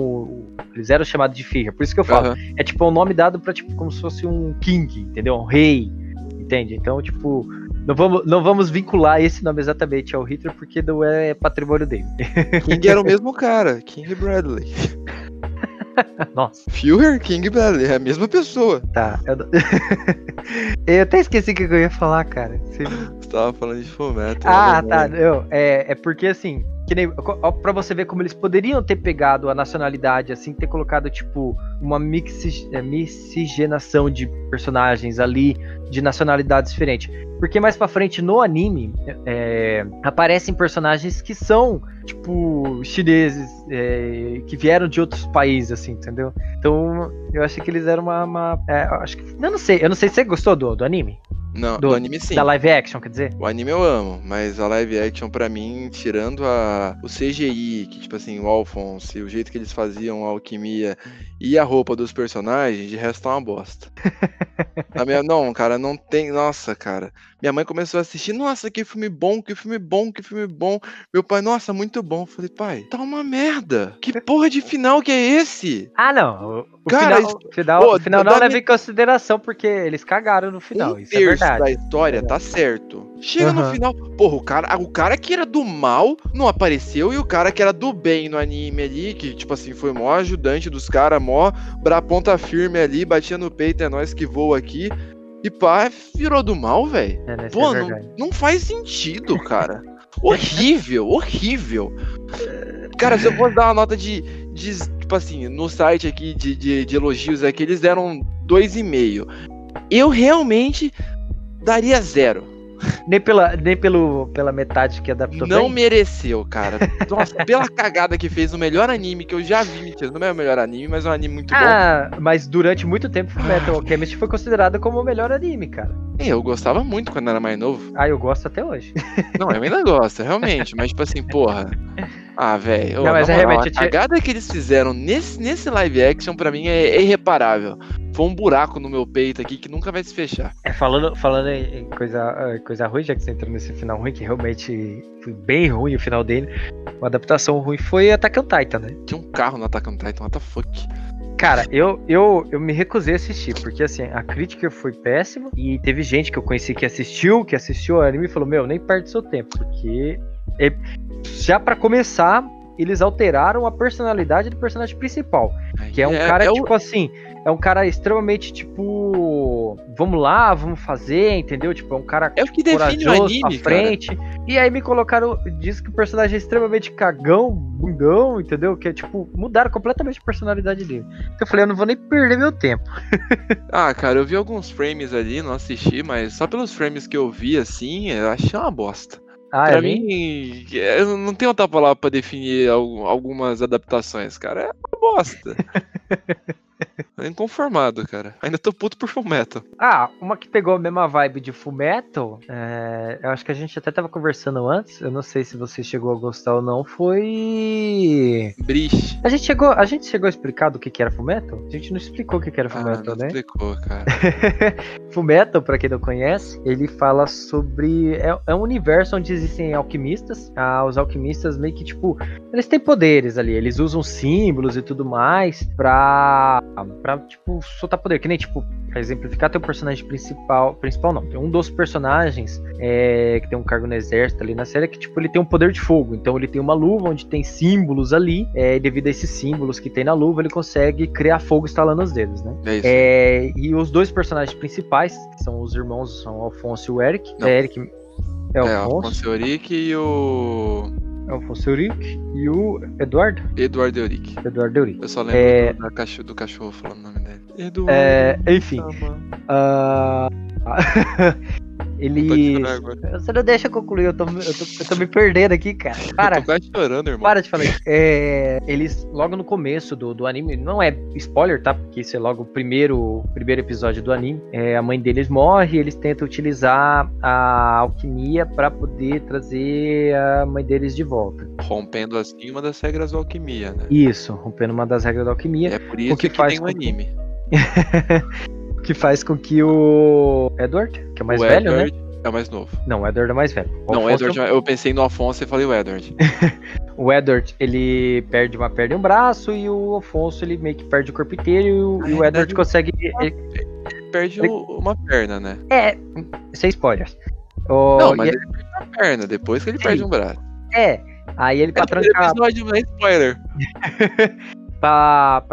eram chamados de Führer. Por isso que eu falo. É, tipo, um nome dado pra, tipo, como se fosse um king, entendeu? Um rei, entende? Então, tipo... Não vamos vincular esse nome exatamente ao Hitler, porque não é patrimônio dele. King era o mesmo cara, King Bradley. Nossa. Führer, King Bradley, é a mesma pessoa. Tá. Eu até esqueci o que eu ia falar, cara. Você tava falando de Fullmetal. Tá. É porque assim, o Que nem, pra você ver como eles poderiam ter pegado a nacionalidade, assim, ter colocado, tipo, uma miscigenação de personagens ali, de nacionalidades diferentes. Porque mais pra frente, no anime, aparecem personagens que são, tipo, chineses, que vieram de outros países, assim, entendeu? Então, eu achei que eles eram acho que, eu não sei se você gostou do anime. Não, do anime sim. Da live action, quer dizer? O anime eu amo, mas a live action pra mim, tirando o CGI, que tipo assim, o Alphonse, o jeito que eles faziam a alquimia e a roupa dos personagens, de resto é uma bosta. Não, cara, não tem. Nossa, cara. Minha mãe começou a assistir, nossa, que filme bom, que filme bom, que filme bom. Meu pai, nossa, muito bom. Eu falei, pai, tá uma merda. Que porra de final que é esse? Ah, não. O Cara, final não leva em consideração, porque eles cagaram no final. Isso é verdade. Da história tá certo. Chega no final, porra, o cara que era do mal não apareceu, e o cara que era do bem no anime ali, que tipo assim, foi mó ajudante dos caras, mó ponta firme ali, batia no peito, é nós que voa aqui. E pá, virou do mal, velho. Pô, não faz sentido, cara. Horrível, horrível. Cara, se eu fosse dar uma nota de tipo assim, no site aqui de elogios aqui, eles deram 2,5. Eu realmente daria 0. Nem pela metade que adaptou não bem? Mereceu, cara. Nossa, pela cagada que fez o melhor anime que eu já vi. Mentira, não é o melhor anime, mas é um anime muito bom. Mas durante muito tempo Fullmetal Alchemist foi considerado como o melhor anime, cara. Eu gostava muito quando era mais novo. Eu gosto até hoje. Não, eu ainda gosto, realmente. Mas tipo assim, porra... velho. Não, mas realmente... A cagada que eles fizeram nesse live action, pra mim, é irreparável. Foi um buraco no meu peito aqui que nunca vai se fechar. Falando em coisa ruim, já que você entrou nesse final ruim, que realmente foi bem ruim o final dele. Uma adaptação ruim foi Attack on Titan, né? Tinha um carro no Attack on Titan, what the fuck? Cara, eu me recusei a assistir, porque assim, a crítica foi péssima, e teve gente que eu conheci que assistiu o anime e falou, nem perde seu tempo, porque já pra começar, eles alteraram a personalidade do personagem principal, que é um cara, tipo assim, é um cara extremamente, tipo, vamos lá, vamos fazer, entendeu? Tipo, é um cara o que define o anime, à frente. Cara. E aí me colocaram, diz que o personagem é extremamente cagão, bundão, entendeu? Que é, tipo, mudaram completamente a personalidade dele. Então eu falei, eu não vou nem perder meu tempo. Cara, eu vi alguns frames ali, não assisti, mas só pelos frames que eu vi, assim, eu achei uma bosta. Pra mim, eu não tenho outra palavra pra definir algumas adaptações, cara. É uma bosta. É inconformado, cara. Ainda tô puto por Fullmetal. Uma que pegou a mesma vibe de Fullmetal, eu acho que a gente até tava conversando antes, eu não sei se você chegou a gostar ou não, foi... Bleach. A gente chegou a explicar do que era Fullmetal? A gente não explicou o que era Fullmetal, né? Não explicou, cara. Fullmetal, pra quem não conhece, ele fala sobre... É um universo onde existem alquimistas. Os alquimistas meio que, tipo... Eles têm poderes ali, eles usam símbolos e tudo mais pra tipo, soltar poder. Que nem, tipo, pra exemplificar, tem um personagem principal não, tem um dos personagens que tem um cargo no exército ali na série, que, tipo, ele tem um poder de fogo. Então ele tem uma luva onde tem símbolos ali, e devido a esses símbolos que tem na luva, ele consegue criar fogo instalando os dedos, né? É isso. E os dois personagens principais, que são os irmãos, são o Alphonse e o Eric. Alphonse Euric e o... Alphonse Euric e o Eduardo Euric. Eu só lembro do cachorro falando o nome dele. Eduardo. Enfim. Ele... Você não deixa eu concluir, eu tô me perdendo aqui, cara. Para. Eu tô quase chorando, irmão. Para de falar isso. Eles, logo no começo do anime, não é spoiler, tá? Porque isso é logo o primeiro episódio do anime. A mãe deles morre e eles tentam utilizar a alquimia pra poder trazer a mãe deles de volta. Rompendo assim uma das regras da alquimia, né? Isso, rompendo uma das regras da alquimia. É por isso que tem um anime. Que faz com que o Edward, que é o mais velho, Edward, né? É o mais novo. Não, o Edward é o mais velho. O Edward, eu pensei no Alphonse e falei o Edward. O Edward, ele perde uma perna e um braço, e o Alphonse, ele meio que perde o corpo inteiro, e o Edward consegue... Ele perde uma perna, né? Sem spoilers. Não, mas ele perde uma perna, depois que ele perde um braço. Aí ele pra trancar... episódio não é spoiler. pra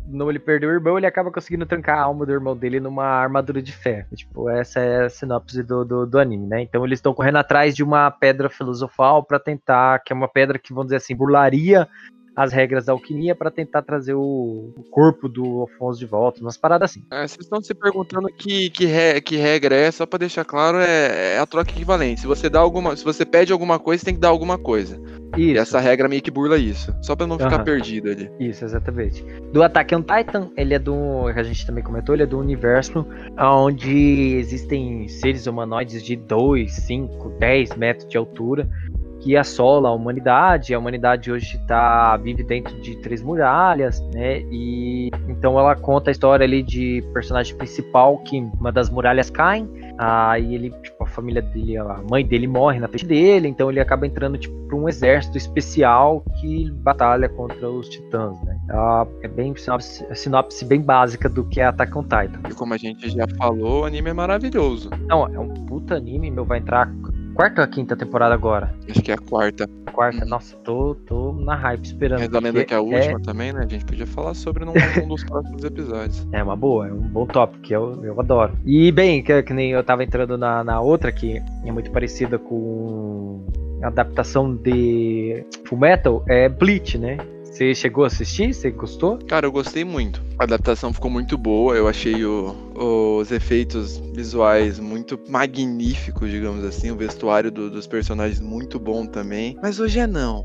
não ele perdeu o irmão, ele acaba conseguindo trancar a alma do irmão dele numa armadura de ferro. Tipo, essa é a sinopse do anime, né? Então eles estão correndo atrás de uma pedra filosofal pra tentar, que é uma pedra que, vamos dizer assim, burlaria as regras da alquimia pra tentar trazer o corpo do Alphonse de volta, umas paradas assim. Vocês estão se perguntando que regra é, só pra deixar claro, é a troca equivalente. Se você pede alguma coisa, você tem que dar alguma coisa. Isso. E essa regra meio que burla isso, só pra não ficar perdido ali. Isso, exatamente. Do Attack on Titan, ele é que a gente também comentou, ele é do universo onde existem seres humanoides de 2, 5, 10 metros de altura que assola a humanidade. A humanidade hoje vive dentro de 3 muralhas, né? E então ela conta a história ali de personagem principal que uma das muralhas cai. E ele, tipo, a família dele, a mãe dele morre na frente dele, então ele acaba entrando, tipo, pra um exército especial que batalha contra os titãs, né? É bem sinopse bem básica do que é Attack on Titan. E como a gente já falou, o anime é maravilhoso. Não, é um puta anime, vai entrar quarta ou quinta temporada agora? Acho que é a quarta. Nossa, tô na hype esperando. Recomendo que é a última também, né? A gente podia falar sobre num dos próximos episódios. É uma boa, é um bom tópico que eu adoro. E bem, que nem eu tava entrando na outra, que é muito parecida com a adaptação de Fullmetal, é Bleach, né? Você chegou a assistir? Você gostou? Cara, eu gostei muito. A adaptação ficou muito boa. Eu achei os efeitos visuais muito magníficos, digamos assim. O vestuário dos personagens muito bom também. Mas hoje não.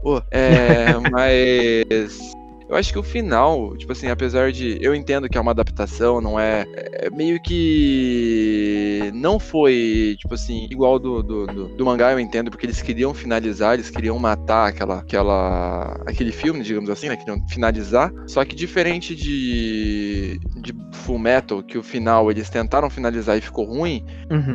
Mas... eu acho que o final, tipo assim, apesar de... eu entendo que é uma adaptação, não é meio que... não foi, tipo assim, igual do mangá, eu entendo, porque eles queriam finalizar, eles queriam matar aquele filme, digamos assim, né? Queriam finalizar. Só que diferente de Fullmetal, que o final eles tentaram finalizar e ficou ruim,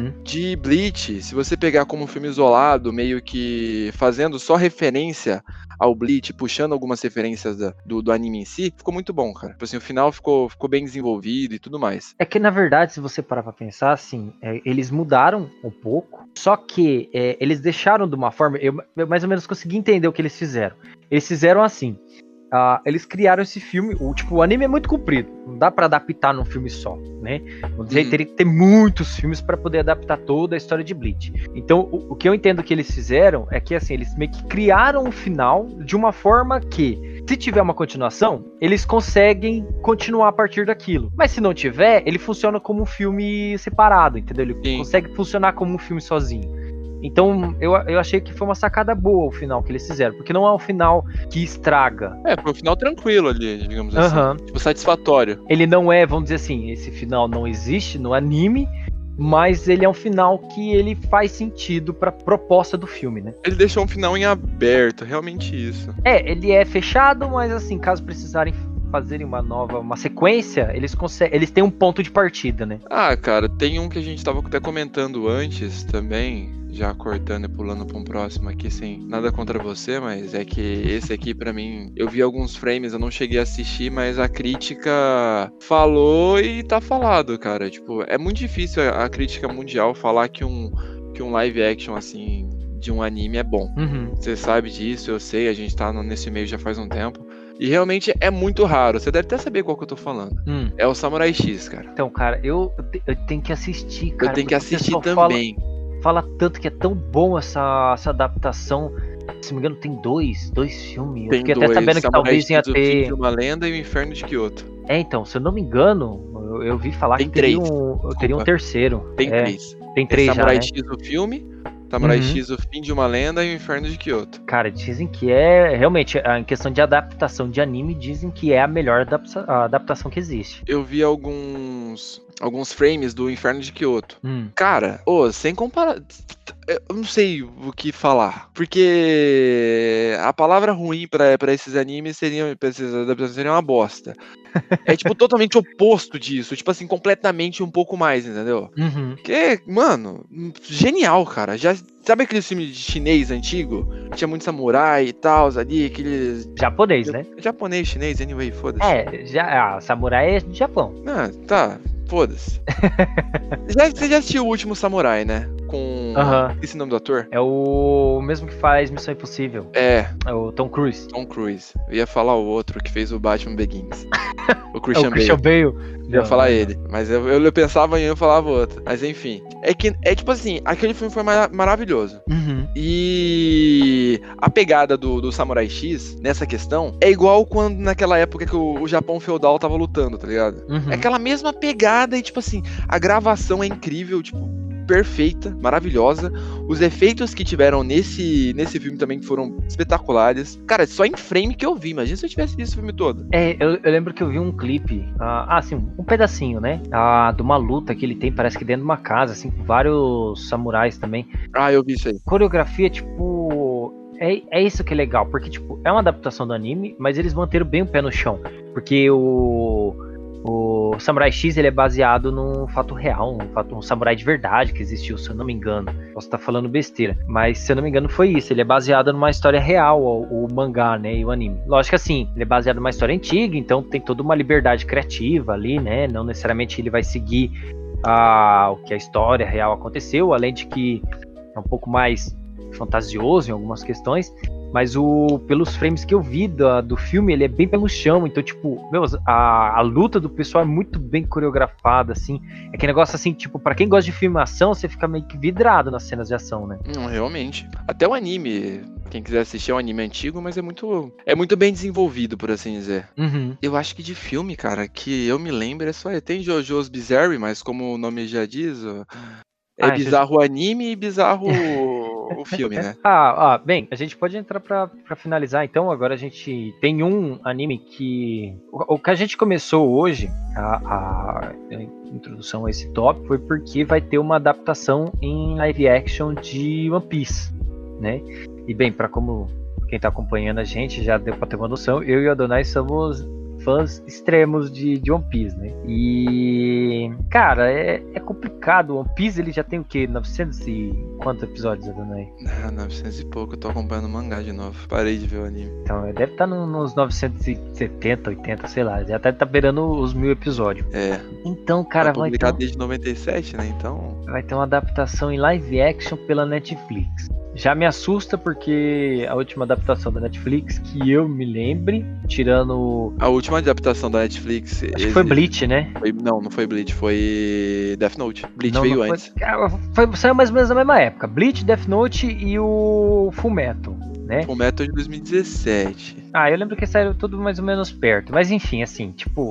de Bleach, se você pegar como um filme isolado, meio que fazendo só referência ao Bleach, puxando algumas referências do anime em si, ficou muito bom, cara. Tipo assim, o final ficou bem desenvolvido e tudo mais. É que, na verdade, se você parar pra pensar, assim, eles mudaram um pouco, só que eles deixaram de uma forma... Eu mais ou menos consegui entender o que eles fizeram. Eles fizeram assim... eles criaram esse filme, o anime é muito comprido, não dá pra adaptar num filme só, né? Vamos dizer, teria que ter muitos filmes pra poder adaptar toda a história de Bleach. Então, o que eu entendo que eles fizeram é que, assim, eles meio que criaram um final de uma forma que, se tiver uma continuação, eles conseguem continuar a partir daquilo. Mas se não tiver, ele funciona como um filme separado, entendeu? Ele consegue funcionar como um filme sozinho. Então, eu achei que foi uma sacada boa o final que eles fizeram, porque não é um final que estraga. Foi um final tranquilo ali, digamos assim. Tipo, satisfatório. Ele não é, vamos dizer assim, esse final não existe no anime, mas ele é um final que ele faz sentido pra proposta do filme, né? Ele deixou um final em aberto, realmente isso. Ele é fechado, mas assim, caso precisarem fazerem uma sequência, eles têm um ponto de partida, né? Cara, tem um que a gente tava até comentando antes também, já cortando e pulando pra um próximo aqui, sem nada contra você, mas é que esse aqui pra mim, eu vi alguns frames, eu não cheguei a assistir, mas a crítica falou e tá falado, cara. Tipo, é muito difícil a crítica mundial falar que um live action, assim, de um anime é bom. Você sabe disso, eu sei, a gente tá nesse meio já faz um tempo. E realmente é muito raro. Você deve até saber qual que eu tô falando. É o Samurai X, cara. Então, cara, eu tenho que assistir, cara. Eu tenho que assistir também. Fala tanto que é tão bom essa adaptação. Se não me engano, tem dois filmes. Tem eu fiquei dois, até sabendo que talvez ia ter... O Fim de uma Lenda e o Inferno de Kyoto. Então, se eu não me engano, eu vi falar que teria um terceiro. Tem três. Tem três já, Samurai né? X, o filme... Samurai X, o Fim de uma Lenda e o Inferno de Kyoto. Cara, dizem que realmente, em questão de adaptação de anime, dizem que é a melhor adaptação que existe. Eu vi alguns frames do Inferno de Kyoto. Cara, sem comparar... eu não sei o que falar. Porque a palavra ruim pra esses animes pra essas adaptações seria uma bosta. É, tipo, totalmente oposto disso. Tipo assim, completamente um pouco mais, entendeu? Porque, mano, genial, cara. Já sabe aquele filme de chinês antigo? Tinha muito samurai e tal, ali, aqueles... Japonês, né? Japonês, chinês, anyway, foda-se. Samurai é de Japão. Tá, foda-se. Você já assistiu O Último Samurai, né? Com Esse nome do ator? É o mesmo que faz Missão Impossível. É o Tom Cruise. Tom Cruise. Eu ia falar o outro que fez o Batman Begins. O É Christian o Christian Bale. Eu ia falar ele, mas eu pensava em um e falava outro. Mas enfim, é tipo assim, aquele filme foi maravilhoso. E a pegada do Samurai X nessa questão é igual quando naquela época que o Japão feudal tava lutando, tá ligado? É aquela mesma pegada e tipo assim, a gravação é incrível, tipo, perfeita, maravilhosa. Os efeitos que tiveram nesse filme também foram espetaculares. Cara, só em frame que eu vi, imagina se eu tivesse visto o filme todo. Eu lembro que eu vi um clipe, assim, um pedacinho, né? De uma luta que ele tem, parece que dentro de uma casa, assim, com vários samurais também. Eu vi isso aí. Coreografia, tipo... É isso que é legal, porque, tipo, é uma adaptação do anime, mas eles manteram bem o pé no chão. Porque o Samurai X, ele é baseado num fato real, um samurai de verdade que existiu, se eu não me engano. Posso estar falando besteira, mas se eu não me engano foi isso. Ele é baseado numa história real, o mangá, né, e o anime. Lógico que assim, ele é baseado numa história antiga, então tem toda uma liberdade criativa ali, né, não necessariamente ele vai seguir o que a história real aconteceu, além de que é um pouco mais fantasioso em algumas questões. Mas pelos frames que eu vi do filme, ele é bem pelo chão. Então, tipo, a luta do pessoal é muito bem coreografada, assim. É aquele negócio assim, tipo, pra quem gosta de filmação, você fica meio que vidrado nas cenas de ação, né? Realmente. Até o anime, quem quiser assistir, é um anime antigo, mas é muito bem desenvolvido, por assim dizer. Eu acho que de filme, cara, que eu me lembro, tem JoJo's Bizarre, mas como o nome já diz, é bizarro o anime e bizarro o filme, né? Bem, a gente pode entrar pra finalizar, então. Agora a gente tem um anime que... O que a gente começou hoje, a introdução a esse tópico, foi porque vai ter uma adaptação em live action de One Piece, né? E bem, como quem tá acompanhando a gente já deu pra ter uma noção, eu e o Adonai somos fãs extremos de One Piece, né? E... cara, é complicado. One Piece, ele já tem o quê? 900 e... quantos episódios, Adonai? 900 e pouco. Eu tô acompanhando o mangá de novo. Parei de ver o anime. Então, ele deve estar nos 970, 80, sei lá. Já até tá beirando os 1000 episódios. Então, cara, vai publicado desde 97, né? Então... vai ter uma adaptação em live action pela Netflix. Já me assusta porque a última adaptação da Netflix, que eu me lembre, tirando... a última adaptação da Netflix... acho que foi Bleach, né? Não foi Bleach, foi Death Note. Bleach veio antes. Saiu mais ou menos na mesma época. Bleach, Death Note e o Fullmetal, né? Fullmetal de 2017. Eu lembro que saiu tudo mais ou menos perto. Mas enfim, assim, tipo...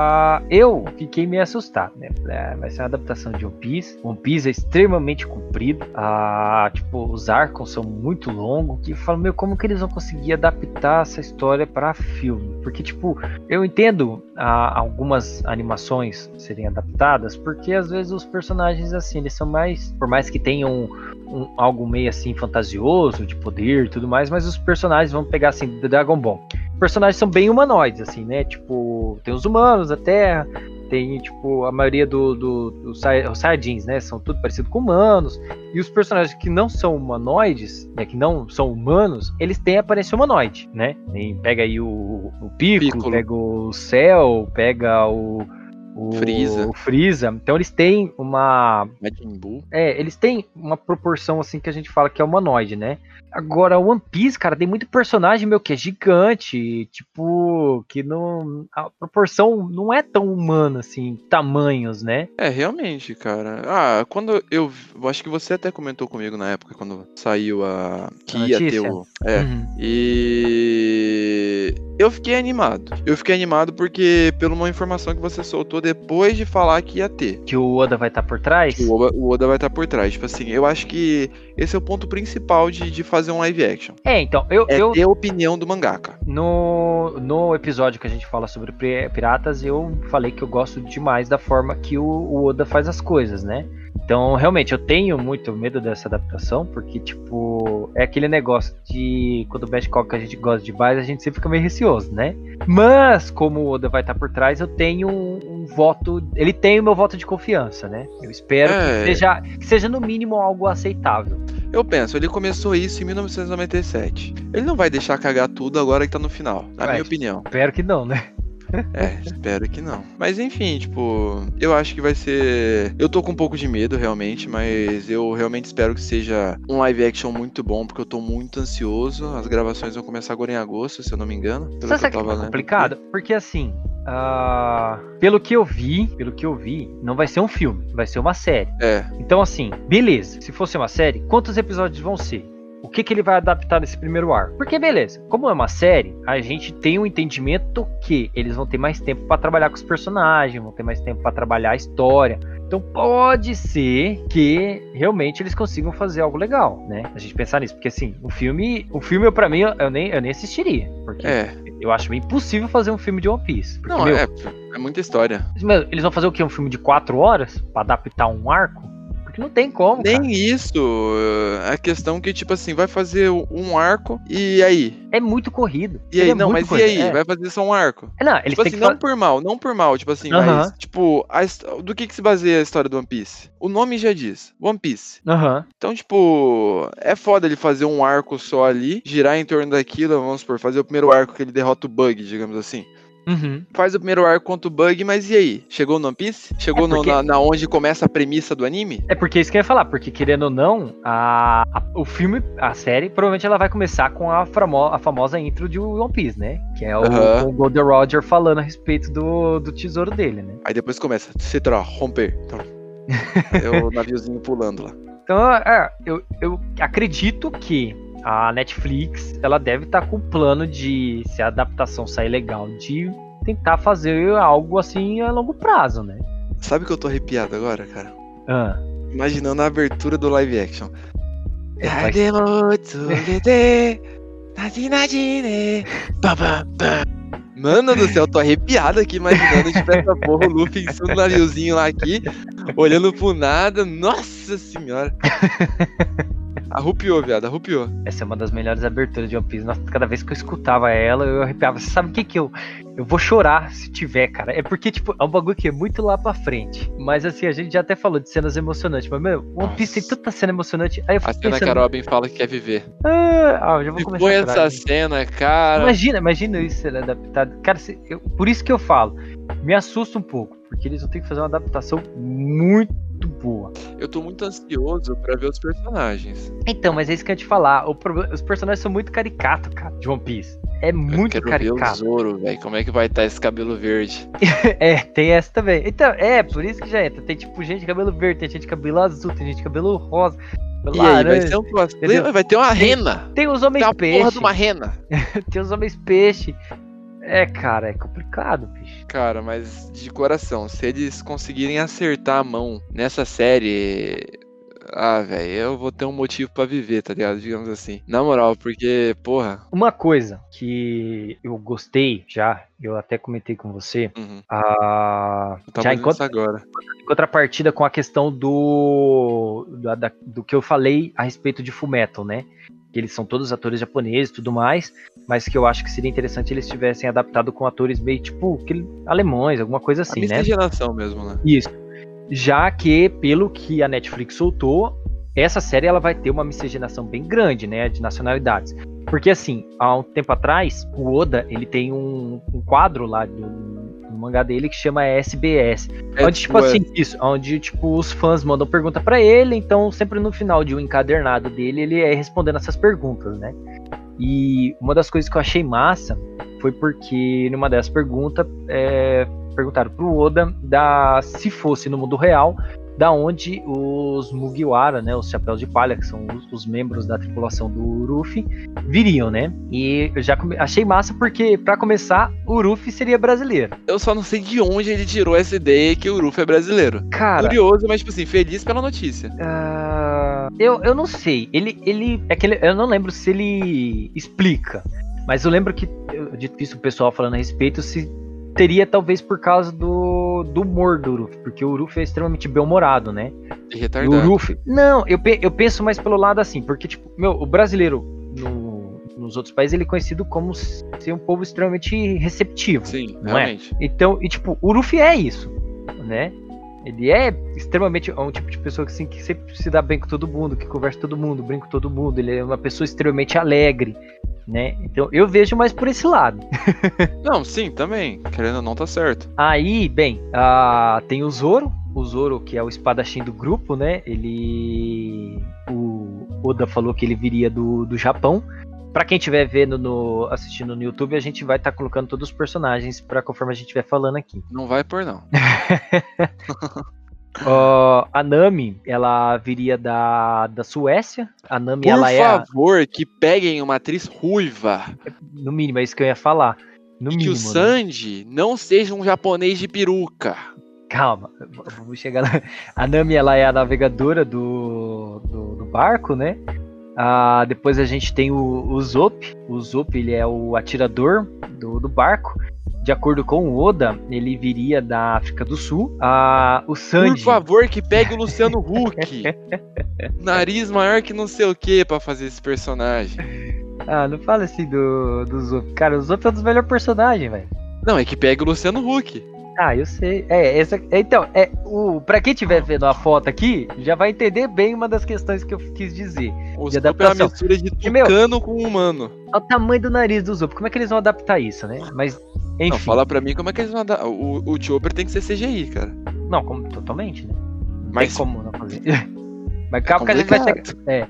eu fiquei meio assustado, né? Vai ser uma adaptação de One Piece. One Piece é extremamente comprido. Tipo, os arcos são muito longos. E eu falo, como que eles vão conseguir adaptar essa história para filme? Porque, tipo, eu entendo algumas animações serem adaptadas, porque às vezes os personagens, assim, eles são mais... por mais que tenham algo meio assim fantasioso, de poder e tudo mais, mas os personagens, vamos pegar assim, do Dragon Ball. Os personagens são bem humanoides, assim, né? Tipo, tem os humanos, a Terra, tem, tipo, a maioria dos Saiyajins, né? São tudo parecido com humanos. E os personagens que não são humanoides, né? Que não são humanos, eles têm aparência humanoide, né? E pega aí o Piccolo, pega o Cell, pega o Freeza. Então eles têm eles têm uma proporção assim que a gente fala que é humanoide, né? Agora o One Piece, cara, tem muito personagem que é gigante, tipo, que a proporção não é tão humana assim, tamanhos, né? Realmente, cara. Quando eu acho que você até comentou comigo na época quando saiu que ia ter e eu fiquei animado. Porque pela uma informação que você soltou depois de falar que ia ter. Que o Oda vai estar por trás? O Oda vai estar por trás. Tipo assim, eu acho que esse é o ponto principal de fazer um live action. Então, eu ter a opinião do mangaka. No episódio que a gente fala sobre piratas, eu falei que eu gosto demais da forma que o Oda faz as coisas, né? Então, realmente, eu tenho muito medo dessa adaptação, porque, tipo, é aquele negócio de quando mexe com algo que a gente gosta demais, a gente sempre fica meio receoso, né? Mas, como o Oda vai estar por trás, eu tenho um voto, ele tem o meu voto de confiança, né? Eu espero que seja no mínimo algo aceitável. Eu penso, ele começou isso em 1997. Ele não vai deixar cagar tudo agora que tá no final, na minha opinião. Espero que não, né? Espero que não. Mas enfim, tipo, eu acho que vai ser... Eu tô com um pouco de medo, realmente, mas eu realmente espero que seja um live action muito bom, porque eu tô muito ansioso. As gravações vão começar agora em agosto, se eu não me engano. Sabe que é complicado? Porque assim, pelo que eu vi, não vai ser um filme, vai ser uma série. Então assim, beleza, se fosse uma série, quantos episódios vão ser? O que ele vai adaptar nesse primeiro arco? Porque beleza, como é uma série, a gente tem um entendimento que eles vão ter mais tempo pra trabalhar com os personagens, vão ter mais tempo pra trabalhar a história. Então pode ser que realmente eles consigam fazer algo legal, né? A gente pensar nisso, porque assim, o filme pra mim eu nem assistiria, porque eu acho bem impossível fazer um filme de One Piece. Porque, não, é muita história. Eles vão fazer o quê? Um filme de 4 horas pra adaptar um arco? Não tem como, nem cara. Isso. A questão que, tipo assim, vai fazer um arco e aí? É muito corrido. E aí? Não, mas corrido. E aí? Vai fazer só um arco? Não, eles tipo assim, não por mal, tipo assim, mas, tipo, do que se baseia a história do One Piece? O nome já diz, One Piece. Então, tipo, é foda ele fazer um arco só ali, girar em torno daquilo, vamos supor, fazer o primeiro arco que ele derrota o Bug, digamos assim. Faz o primeiro arco contra o Bug, mas e aí? Chegou no One Piece? Chegou na onde começa a premissa do anime? É porque isso que eu ia falar, porque querendo ou não, o filme, a série, provavelmente ela vai começar com a famosa intro de One Piece, né? Que é o Gold Roger falando a respeito do tesouro dele, né? Aí depois começa, romper. Então, é o naviozinho pulando lá. Então, eu acredito que a Netflix, ela deve estar com o plano de, se a adaptação sair legal, de tentar fazer algo assim a longo prazo, né? Sabe que eu tô arrepiado agora, cara? Imaginando a abertura do live action. Mano do céu, eu tô arrepiado aqui imaginando tipo essa porra, o Luffy em cima do naviozinho lá aqui, olhando pro nada. Nossa senhora. Arrupiou, viado, arrupiou. Essa é uma das melhores aberturas de One Piece. Nossa, cada vez que eu escutava ela, eu arrepiava. Você sabe o que eu vou chorar se tiver, cara? É porque, tipo, é um bagulho que é muito lá pra frente. Mas, assim, a gente já até falou de cenas emocionantes. Mas, meu, One Piece tem tanta cena emocionante. Aí eu fico pensando... que a Robin fala que quer viver. Eu já vou começar a chorar. Essa cena, cara. Imagina isso ser adaptado. Cara, por isso que eu falo. Me assusta um pouco. Porque eles vão ter que fazer uma adaptação muito boa. Eu tô muito ansioso pra ver os personagens. Então, mas é isso que eu ia te falar. Os personagens são muito caricatos, cara, de One Piece. É muito caricato. Eu quero ver o Zoro, velho. Como é que vai estar esse cabelo verde? Tem essa também. Então, por isso que já entra. Tem, tipo, gente de cabelo verde, tem gente de cabelo azul, tem gente de cabelo rosa. E aí, vai ser um cosplay? Vai ter uma rena. Tem os homens peixe. Tem a porra de uma rena. Tem os homens peixe. Cara, é complicado, bicho. Cara, mas de coração, se eles conseguirem acertar a mão nessa série... velho, eu vou ter um motivo pra viver, tá ligado? Digamos assim. Na moral, porque, porra... Uma coisa que eu gostei já, eu até comentei com você, já em contrapartida com a questão do que eu falei a respeito de Fullmetal, né? Que eles são todos atores japoneses e tudo mais, mas que eu acho que seria interessante eles tivessem adaptado com atores meio, tipo, alemães, alguma coisa assim, né? Miscigenação mesmo, né? Isso. Já que, pelo que a Netflix soltou, essa série ela vai ter uma miscigenação bem grande, né, de nacionalidades. Porque, assim, há um tempo atrás, o Oda, ele tem um quadro lá no mangá dele que chama SBS. Onde, tipo assim, onde, tipo, os fãs mandam pergunta pra ele, então sempre no final de um encadernado dele, ele é respondendo essas perguntas, né? E uma das coisas que eu achei massa foi porque, numa dessas perguntas, perguntaram pro Oda se fosse no mundo real, da onde os Mugiwara, né, os Chapéus de Palha, que são os membros da tripulação do Luffy, viriam, né? E eu já achei massa porque, pra começar, o Luffy seria brasileiro. Eu só não sei de onde ele tirou essa ideia que o Luffy é brasileiro. Cara... Curioso, mas, tipo assim, feliz pela notícia. Eu não sei. Eu não lembro se ele explica, mas eu lembro que eu disse isso o pessoal falando a respeito, se teria talvez por causa do humor do Luffy, porque o Luffy é extremamente bem-humorado, né? E retardado. E o Luffy... Não, eu penso mais pelo lado assim, porque, tipo, o brasileiro nos outros países ele é conhecido como ser um povo extremamente receptivo. Sim, não realmente. É? Então, e tipo, o Luffy é isso, né? Ele é extremamente um tipo de pessoa que sempre se dá bem com todo mundo, que conversa com todo mundo, brinca com todo mundo. Ele é uma pessoa extremamente alegre. né? Então eu vejo mais por esse lado. Não, sim, também. Querendo ou não, tá certo. Aí, bem, tem o Zoro, que é o espadachim do grupo, né? O Oda falou que ele viria do Japão. Pra quem estiver vendo assistindo no YouTube, a gente vai estar colocando todos os personagens conforme a gente estiver falando aqui. Não vai por não. A Nami, ela viria da Suécia. A Nami, Por favor, que peguem uma atriz ruiva. No mínimo, é isso que eu ia falar. No e mínimo, que o Sanji não seja um japonês de peruca. Calma, vamos chegar lá. A Nami, ela é a navegadora do barco, né? Depois a gente tem o Zop. O Zop, ele é o atirador do barco. De acordo com o Oda, ele viria da África do Sul. O Sanji... Por favor, que pegue o Luciano Huck. Nariz maior que não sei o que pra fazer esse personagem. Não fala assim do Zop. Cara, o Zop é um dos melhores personagens, velho. Não, é que pegue o Luciano Huck. Eu sei. Então, pra quem estiver vendo a foto aqui, já vai entender bem uma das questões que eu quis dizer. O Zop é uma mistura de tucano com humano. Olha o tamanho do nariz do Zop. Como é que eles vão adaptar isso, né? Mas, enfim. Não, fala pra mim como é que eles vão adaptar. O Chopper tem que ser CGI, cara. Não, totalmente, né? Não Mas tem como não fazer. Mas calma que a gente vai chegar.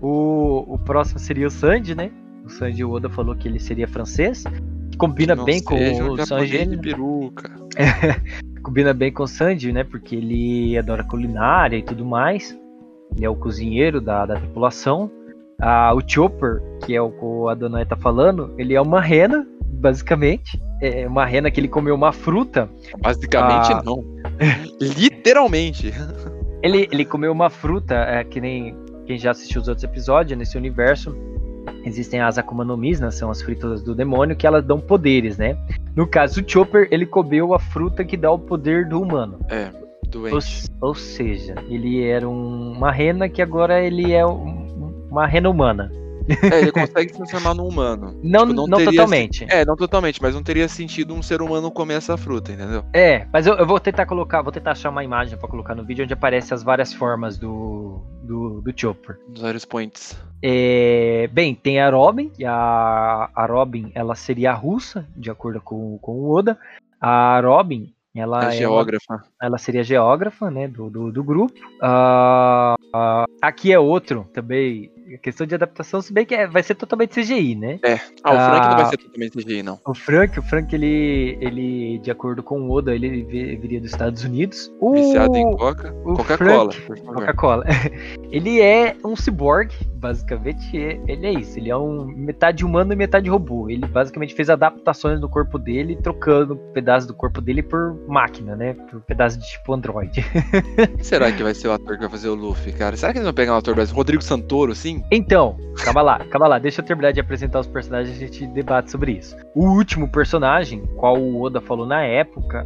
O próximo seria o Sanji, né? O Sanji, o Oda falou que ele seria francês. Combina bem com o Sanji. De peruca. Combina bem com o Sanji, né? Porque ele adora culinária e tudo mais. Ele é o cozinheiro da tripulação. O Chopper, que é o que o Adonai tá falando, ele é uma rena, basicamente. É uma rena que ele comeu uma fruta. Basicamente não. Literalmente. Ele comeu uma fruta, que nem quem já assistiu os outros episódios nesse universo. Existem as Akuma no Mis, né? São as frutas do demônio, que elas dão poderes, né? No caso, o Chopper, ele comeu a fruta que dá o poder do humano. Doente. Ou seja, ele era uma rena que agora ele é uma rena humana. Ele consegue se transformar num humano. Não totalmente. Não totalmente, mas não teria sentido um ser humano comer essa fruta, entendeu? Mas eu vou tentar achar uma imagem pra colocar no vídeo onde aparecem as várias formas do Chopper. Dos vários points. Bem, tem a Robin, e a Robin, ela seria a russa, de acordo com o Oda. A Robin, ela geógrafa. Ela seria geógrafa, né, do grupo. Aqui é outro também, questão de adaptação, se bem que vai ser totalmente CGI, né? O Frank não vai ser totalmente CGI, não. O Frank, ele de acordo com o Oda, ele viria dos Estados Unidos. Viciado em Coca-Cola. Coca-Cola. Ele é um ciborgue, basicamente, ele é isso. Ele é metade humano e metade robô. Ele basicamente fez adaptações no corpo dele, trocando pedaços do corpo dele por máquina, né? Por pedaços de tipo Android. Quem será que vai ser o ator que vai fazer o Luffy, cara? Será que eles vão pegar um ator brasileiro? Rodrigo Santoro, sim? Então, calma lá. Deixa eu terminar de apresentar os personagens e a gente debate sobre isso. O último personagem, qual o Oda falou na época,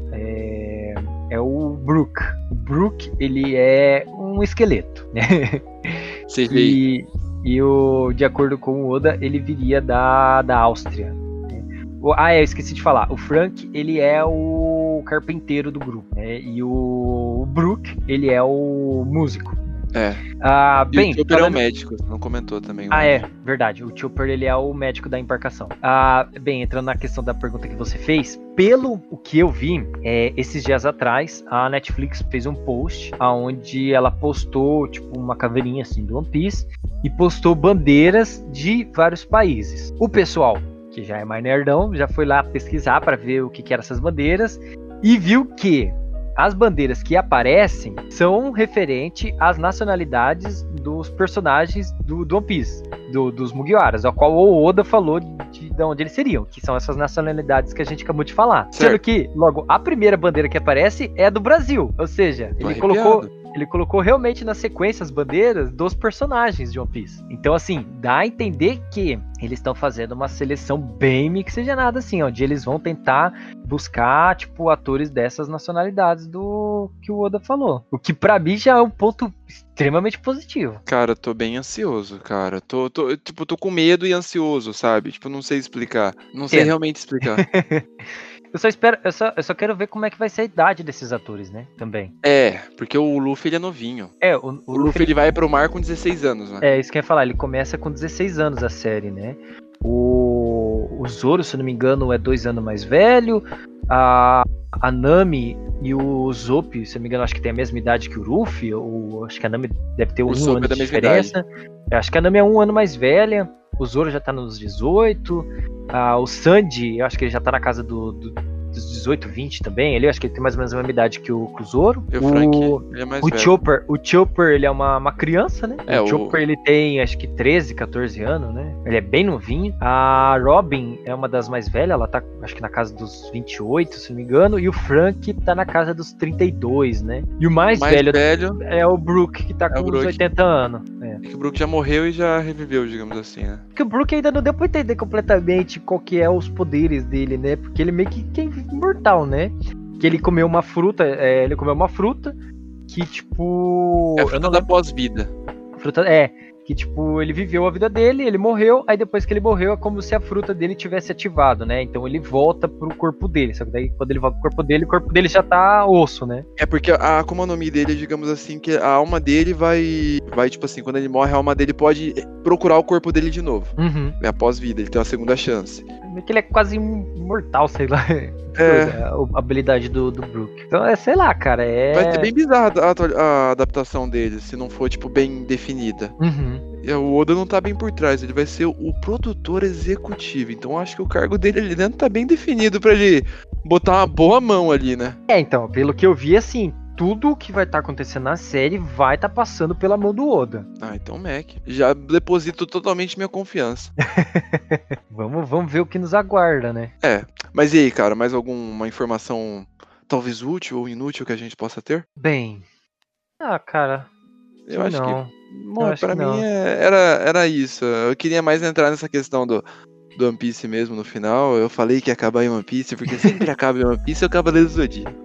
é o Brook. O Brook, ele é um esqueleto, né? CGI. De acordo com o Oda, ele viria da Áustria. Eu esqueci de falar. O Frank, ele é o carpinteiro do grupo, né? E o Brook, ele é o músico. Bem, o Chopper é o médico, não comentou também. Verdade. O Chopper, ele é o médico da embarcação. Bem, entrando na questão da pergunta que você fez, pelo o que eu vi, esses dias atrás, a Netflix fez um post onde ela postou, tipo, uma caveirinha assim do One Piece e postou bandeiras de vários países. O pessoal, que já é mais nerdão, já foi lá pesquisar para ver o que eram essas bandeiras e viu que as bandeiras que aparecem são referentes às nacionalidades dos personagens do One Piece, dos Mugiwaras, ao qual o Oda falou de onde eles seriam, que são essas nacionalidades que a gente acabou de falar. Certo. Sendo que, logo, a primeira bandeira que aparece é a do Brasil, ou seja, ele colocou realmente na sequência as bandeiras dos personagens de One Piece. Então, assim, dá a entender que eles estão fazendo uma seleção bem mixigenada, assim, onde eles vão tentar buscar, tipo, atores dessas nacionalidades do que o Oda falou. O que pra mim já é um ponto extremamente positivo. Cara, tô bem ansioso, cara. Tô com medo e ansioso, sabe? Tipo, não sei explicar. Não sei realmente explicar. Eu só quero ver como é que vai ser a idade desses atores, né? Também. Porque o Luffy, ele é novinho. O Luffy, ele vai pro mar com 16 anos, né? Isso que eu ia falar. Ele começa com 16 anos a série, né? O Zoro, se eu não me engano, é 2 anos mais velho. A Nami e o Usopp, se eu não me engano, acho que tem a mesma idade que o Luffy. Acho que a Nami deve ter um ano de diferença. Acho que a Nami é 1 ano mais velha. O Zoro já tá nos 18. O Sanji, eu acho que ele já tá na casa dos 18, 20 também. Eu acho que ele tem mais ou menos a mesma idade que o Zoro. E o Frank, ele é mais velho. O Chopper, ele é uma criança, né? É, o Chopper, ele tem, acho que 13, 14 anos, né? Ele é bem novinho. A Robin é uma das mais velhas. Ela tá, acho que na casa dos 28, se não me engano. E o Frank tá na casa dos 32, né? E o mais velho é o Brook, que tá com uns 80 anos. É que o Brook já morreu e já reviveu, digamos assim, né? Porque o Brook ainda não deu pra entender completamente qual que é os poderes dele, né? Porque ele meio que tem imortal, né? Que ele comeu uma fruta, que, tipo... É a fruta da pós-vida. Que, tipo, ele viveu a vida dele, ele morreu, aí depois que ele morreu é como se a fruta dele tivesse ativado, né? Então ele volta pro corpo dele, só que daí quando ele volta pro o corpo dele já tá osso, né? É porque a Akuma no Mi dele, digamos assim, que a alma dele vai, tipo assim, quando ele morre, a alma dele pode procurar o corpo dele de novo. Uhum. É a pós-vida, ele tem uma segunda chance. Que ele é quase imortal, sei lá. A habilidade do Brook. Então, sei lá, cara, Vai ser bem bizarra a adaptação dele, se não for, tipo, bem definida. Uhum. O Oda não tá bem por trás, ele vai ser o produtor executivo. Então acho que o cargo dele ali dentro tá bem definido pra ele botar uma boa mão ali, né? Então, pelo que eu vi, assim, tudo que vai estar acontecendo na série vai estar passando pela mão do Oda. Então, Mac, já deposito totalmente minha confiança. Vamos ver o que nos aguarda, né? Mas e aí, cara, mais alguma informação talvez útil ou inútil que a gente possa ter? Bem, cara, eu acho não. Que, bom, pra mim era isso. Eu queria mais entrar nessa questão do One Piece mesmo no final. Eu falei que ia acabar em One Piece, porque sempre acaba em One Piece é o Cavaleiro do Zodíaco.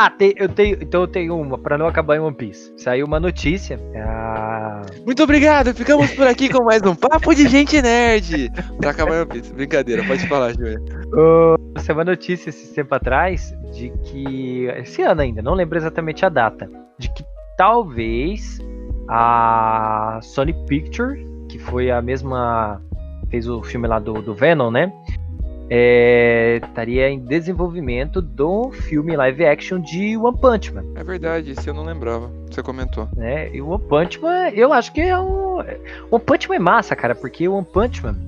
Eu tenho uma, pra não acabar em One Piece. Saiu uma notícia. Muito obrigado, ficamos por aqui com mais um Papo de Gente Nerd. Pra acabar em One Piece. Brincadeira, pode falar, Júlia. Saiu uma notícia esse tempo atrás de que, esse ano ainda, não lembro exatamente a data, de que talvez a Sony Pictures, que foi a mesma, fez o filme lá do Venom, né? Estaria em desenvolvimento do filme live action de One Punch Man. É verdade, isso eu não lembrava. Você comentou. E o One Punch Man, eu acho que One Punch Man é massa, cara, porque o One Punch Man,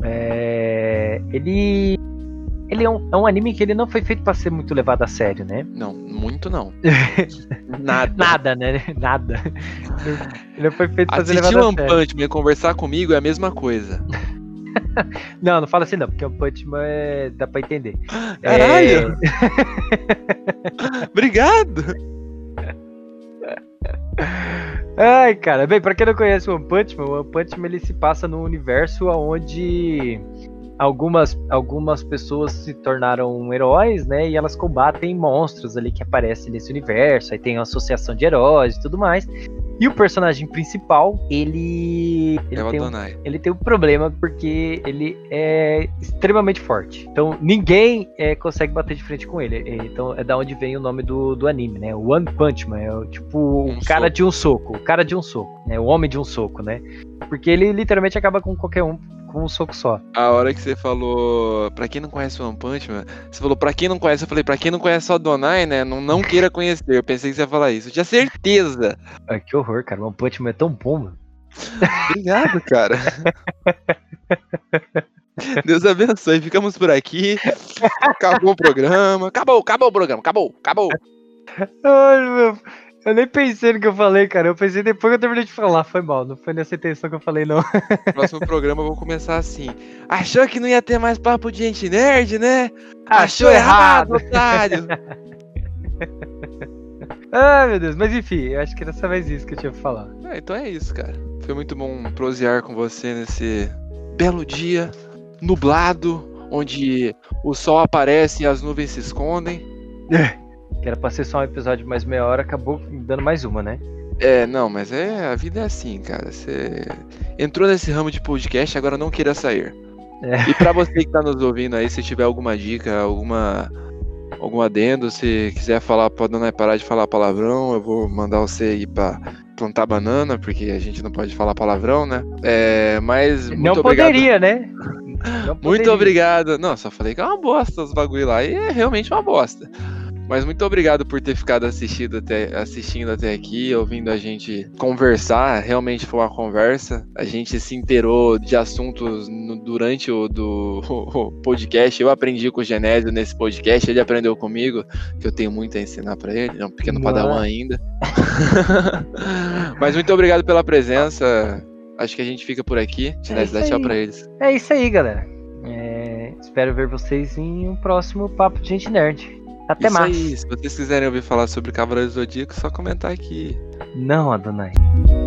ele é um anime que ele não foi feito pra ser muito levado a sério, né? Não, muito não. Nada, né? Nada. Ele não foi feito pra ser levado a sério. Assistir One Punch Man e conversar comigo é a mesma coisa. Não fala assim não, porque o Punch Man dá pra entender. Caralho! Obrigado! Ai, cara, bem, pra quem não conhece o One Punch Man ele se passa num universo onde algumas pessoas se tornaram heróis, né, e elas combatem monstros ali que aparecem nesse universo, aí tem uma associação de heróis e tudo mais. E o personagem principal, ele tem um problema porque ele é extremamente forte. Então ninguém consegue bater de frente com ele. Então é da onde vem o nome do anime, né? O One Punch Man, o cara de um soco. O cara de um soco, né? O homem de um soco, né? Porque ele literalmente acaba com qualquer um com um soco só. A hora que você falou, pra quem não conhece o One Punch Man, você falou pra quem não conhece, eu falei, pra quem não conhece só Donai, né, não queira conhecer, eu pensei que você ia falar isso, eu tinha certeza. Que horror, cara, o One Punch Man é tão bom, mano. Obrigado, cara. Deus abençoe, ficamos por aqui, acabou o programa, acabou o programa, acabou. Ai, meu... Eu nem pensei no que eu falei, cara. Eu pensei depois que eu terminei de falar. Foi mal, não foi nessa intenção que eu falei, não. No próximo programa eu vou começar assim. Achou que não ia ter mais papo de gente nerd, né? Achou errado, otário. Ai, meu Deus. Mas enfim, eu acho que era só mais isso que eu tinha pra falar. Então é isso, cara. Foi muito bom prosear com você nesse belo dia nublado, onde o sol aparece e as nuvens se escondem. Que era pra ser só um episódio de mais meia hora, acabou dando mais uma, né? Não, mas a vida é assim, cara. Você entrou nesse ramo de podcast, agora não queira sair. E pra você que tá nos ouvindo aí, se tiver alguma dica, algum adendo, se quiser falar, pode não parar de falar palavrão, eu vou mandar você ir pra plantar banana, porque a gente não pode falar palavrão, né? Mas muito não obrigado. Poderia, né? Não Muito poderia. obrigado. Não, só falei que é uma bosta os bagulho lá, e é realmente uma bosta. Mas muito obrigado por ter ficado assistindo até aqui, ouvindo a gente conversar. Realmente foi uma conversa. A gente se inteirou de assuntos durante o podcast. Eu aprendi com o Genésio nesse podcast, ele aprendeu comigo, que eu tenho muito a ensinar pra ele. É um pequeno padawan ainda. Mas muito obrigado pela presença. Acho que a gente fica por aqui. Genésio, dá tchau pra eles. É isso aí, galera. Espero ver vocês em um próximo Papo de Gente Nerd. Até Isso mais. aí, se vocês quiserem ouvir falar sobre Cavaleiros do Zodíaco, é só comentar aqui. Não, Adonai.